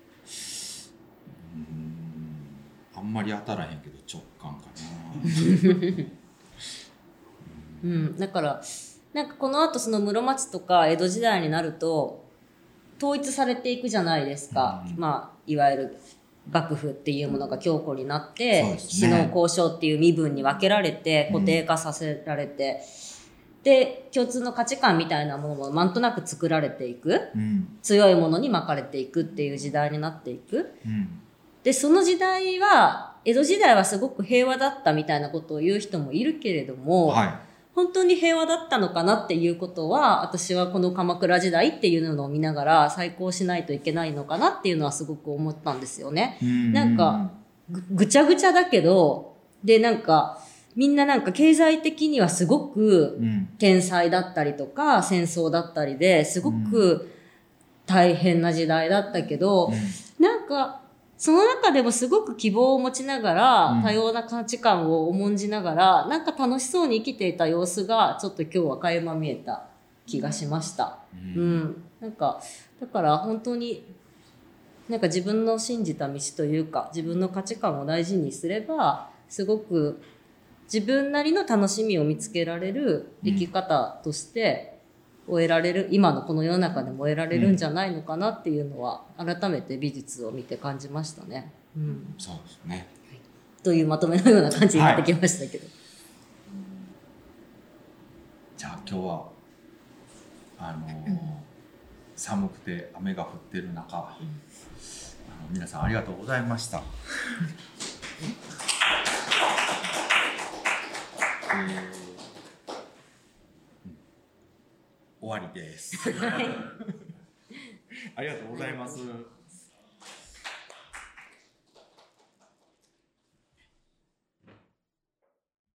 うんあんまり当たらへんけど直感かな、 うん、だからなんかこの後その室町とか江戸時代になると統一されていくじゃないですか、うん、まあいわゆる幕府っていうものが強固になって、死の交渉っていう身分に分けられて固定化させられて、うん、で共通の価値観みたいなものもなんとなく作られていく、うん、強いものに巻かれていくっていう時代になっていく、うん、でその時代は江戸時代はすごく平和だったみたいなことを言う人もいるけれども、はい、本当に平和だったのかなっていうことは私はこの鎌倉時代っていうのを見ながら再考しないといけないのかなっていうのはすごく思ったんですよね。んなんか ぐ, ぐちゃぐちゃだけどでなんかみんななんか経済的にはすごく天災だったりとか戦争だったりですごく大変な時代だったけど、なんかその中でもすごく希望を持ちながら、うん、多様な価値観を重んじながらなんか楽しそうに生きていた様子がちょっと今日は垣間見えた気がしました、うんうん、なんかだから本当になんか自分の信じた道というか自分の価値観を大事にすればすごく自分なりの楽しみを見つけられる生き方として終えられる、今のこの世の中でも終えられるんじゃないのかなっていうのは改めて美術を見て感じましたね。うん、 そうですね、 はい、というまとめのような感じになってきましたけど、はい、 じゃあ今日はあのーうん、寒くて雨が降ってる中、うん、あの皆さんありがとうございました。えーうん、終わりです。ありがとうございます。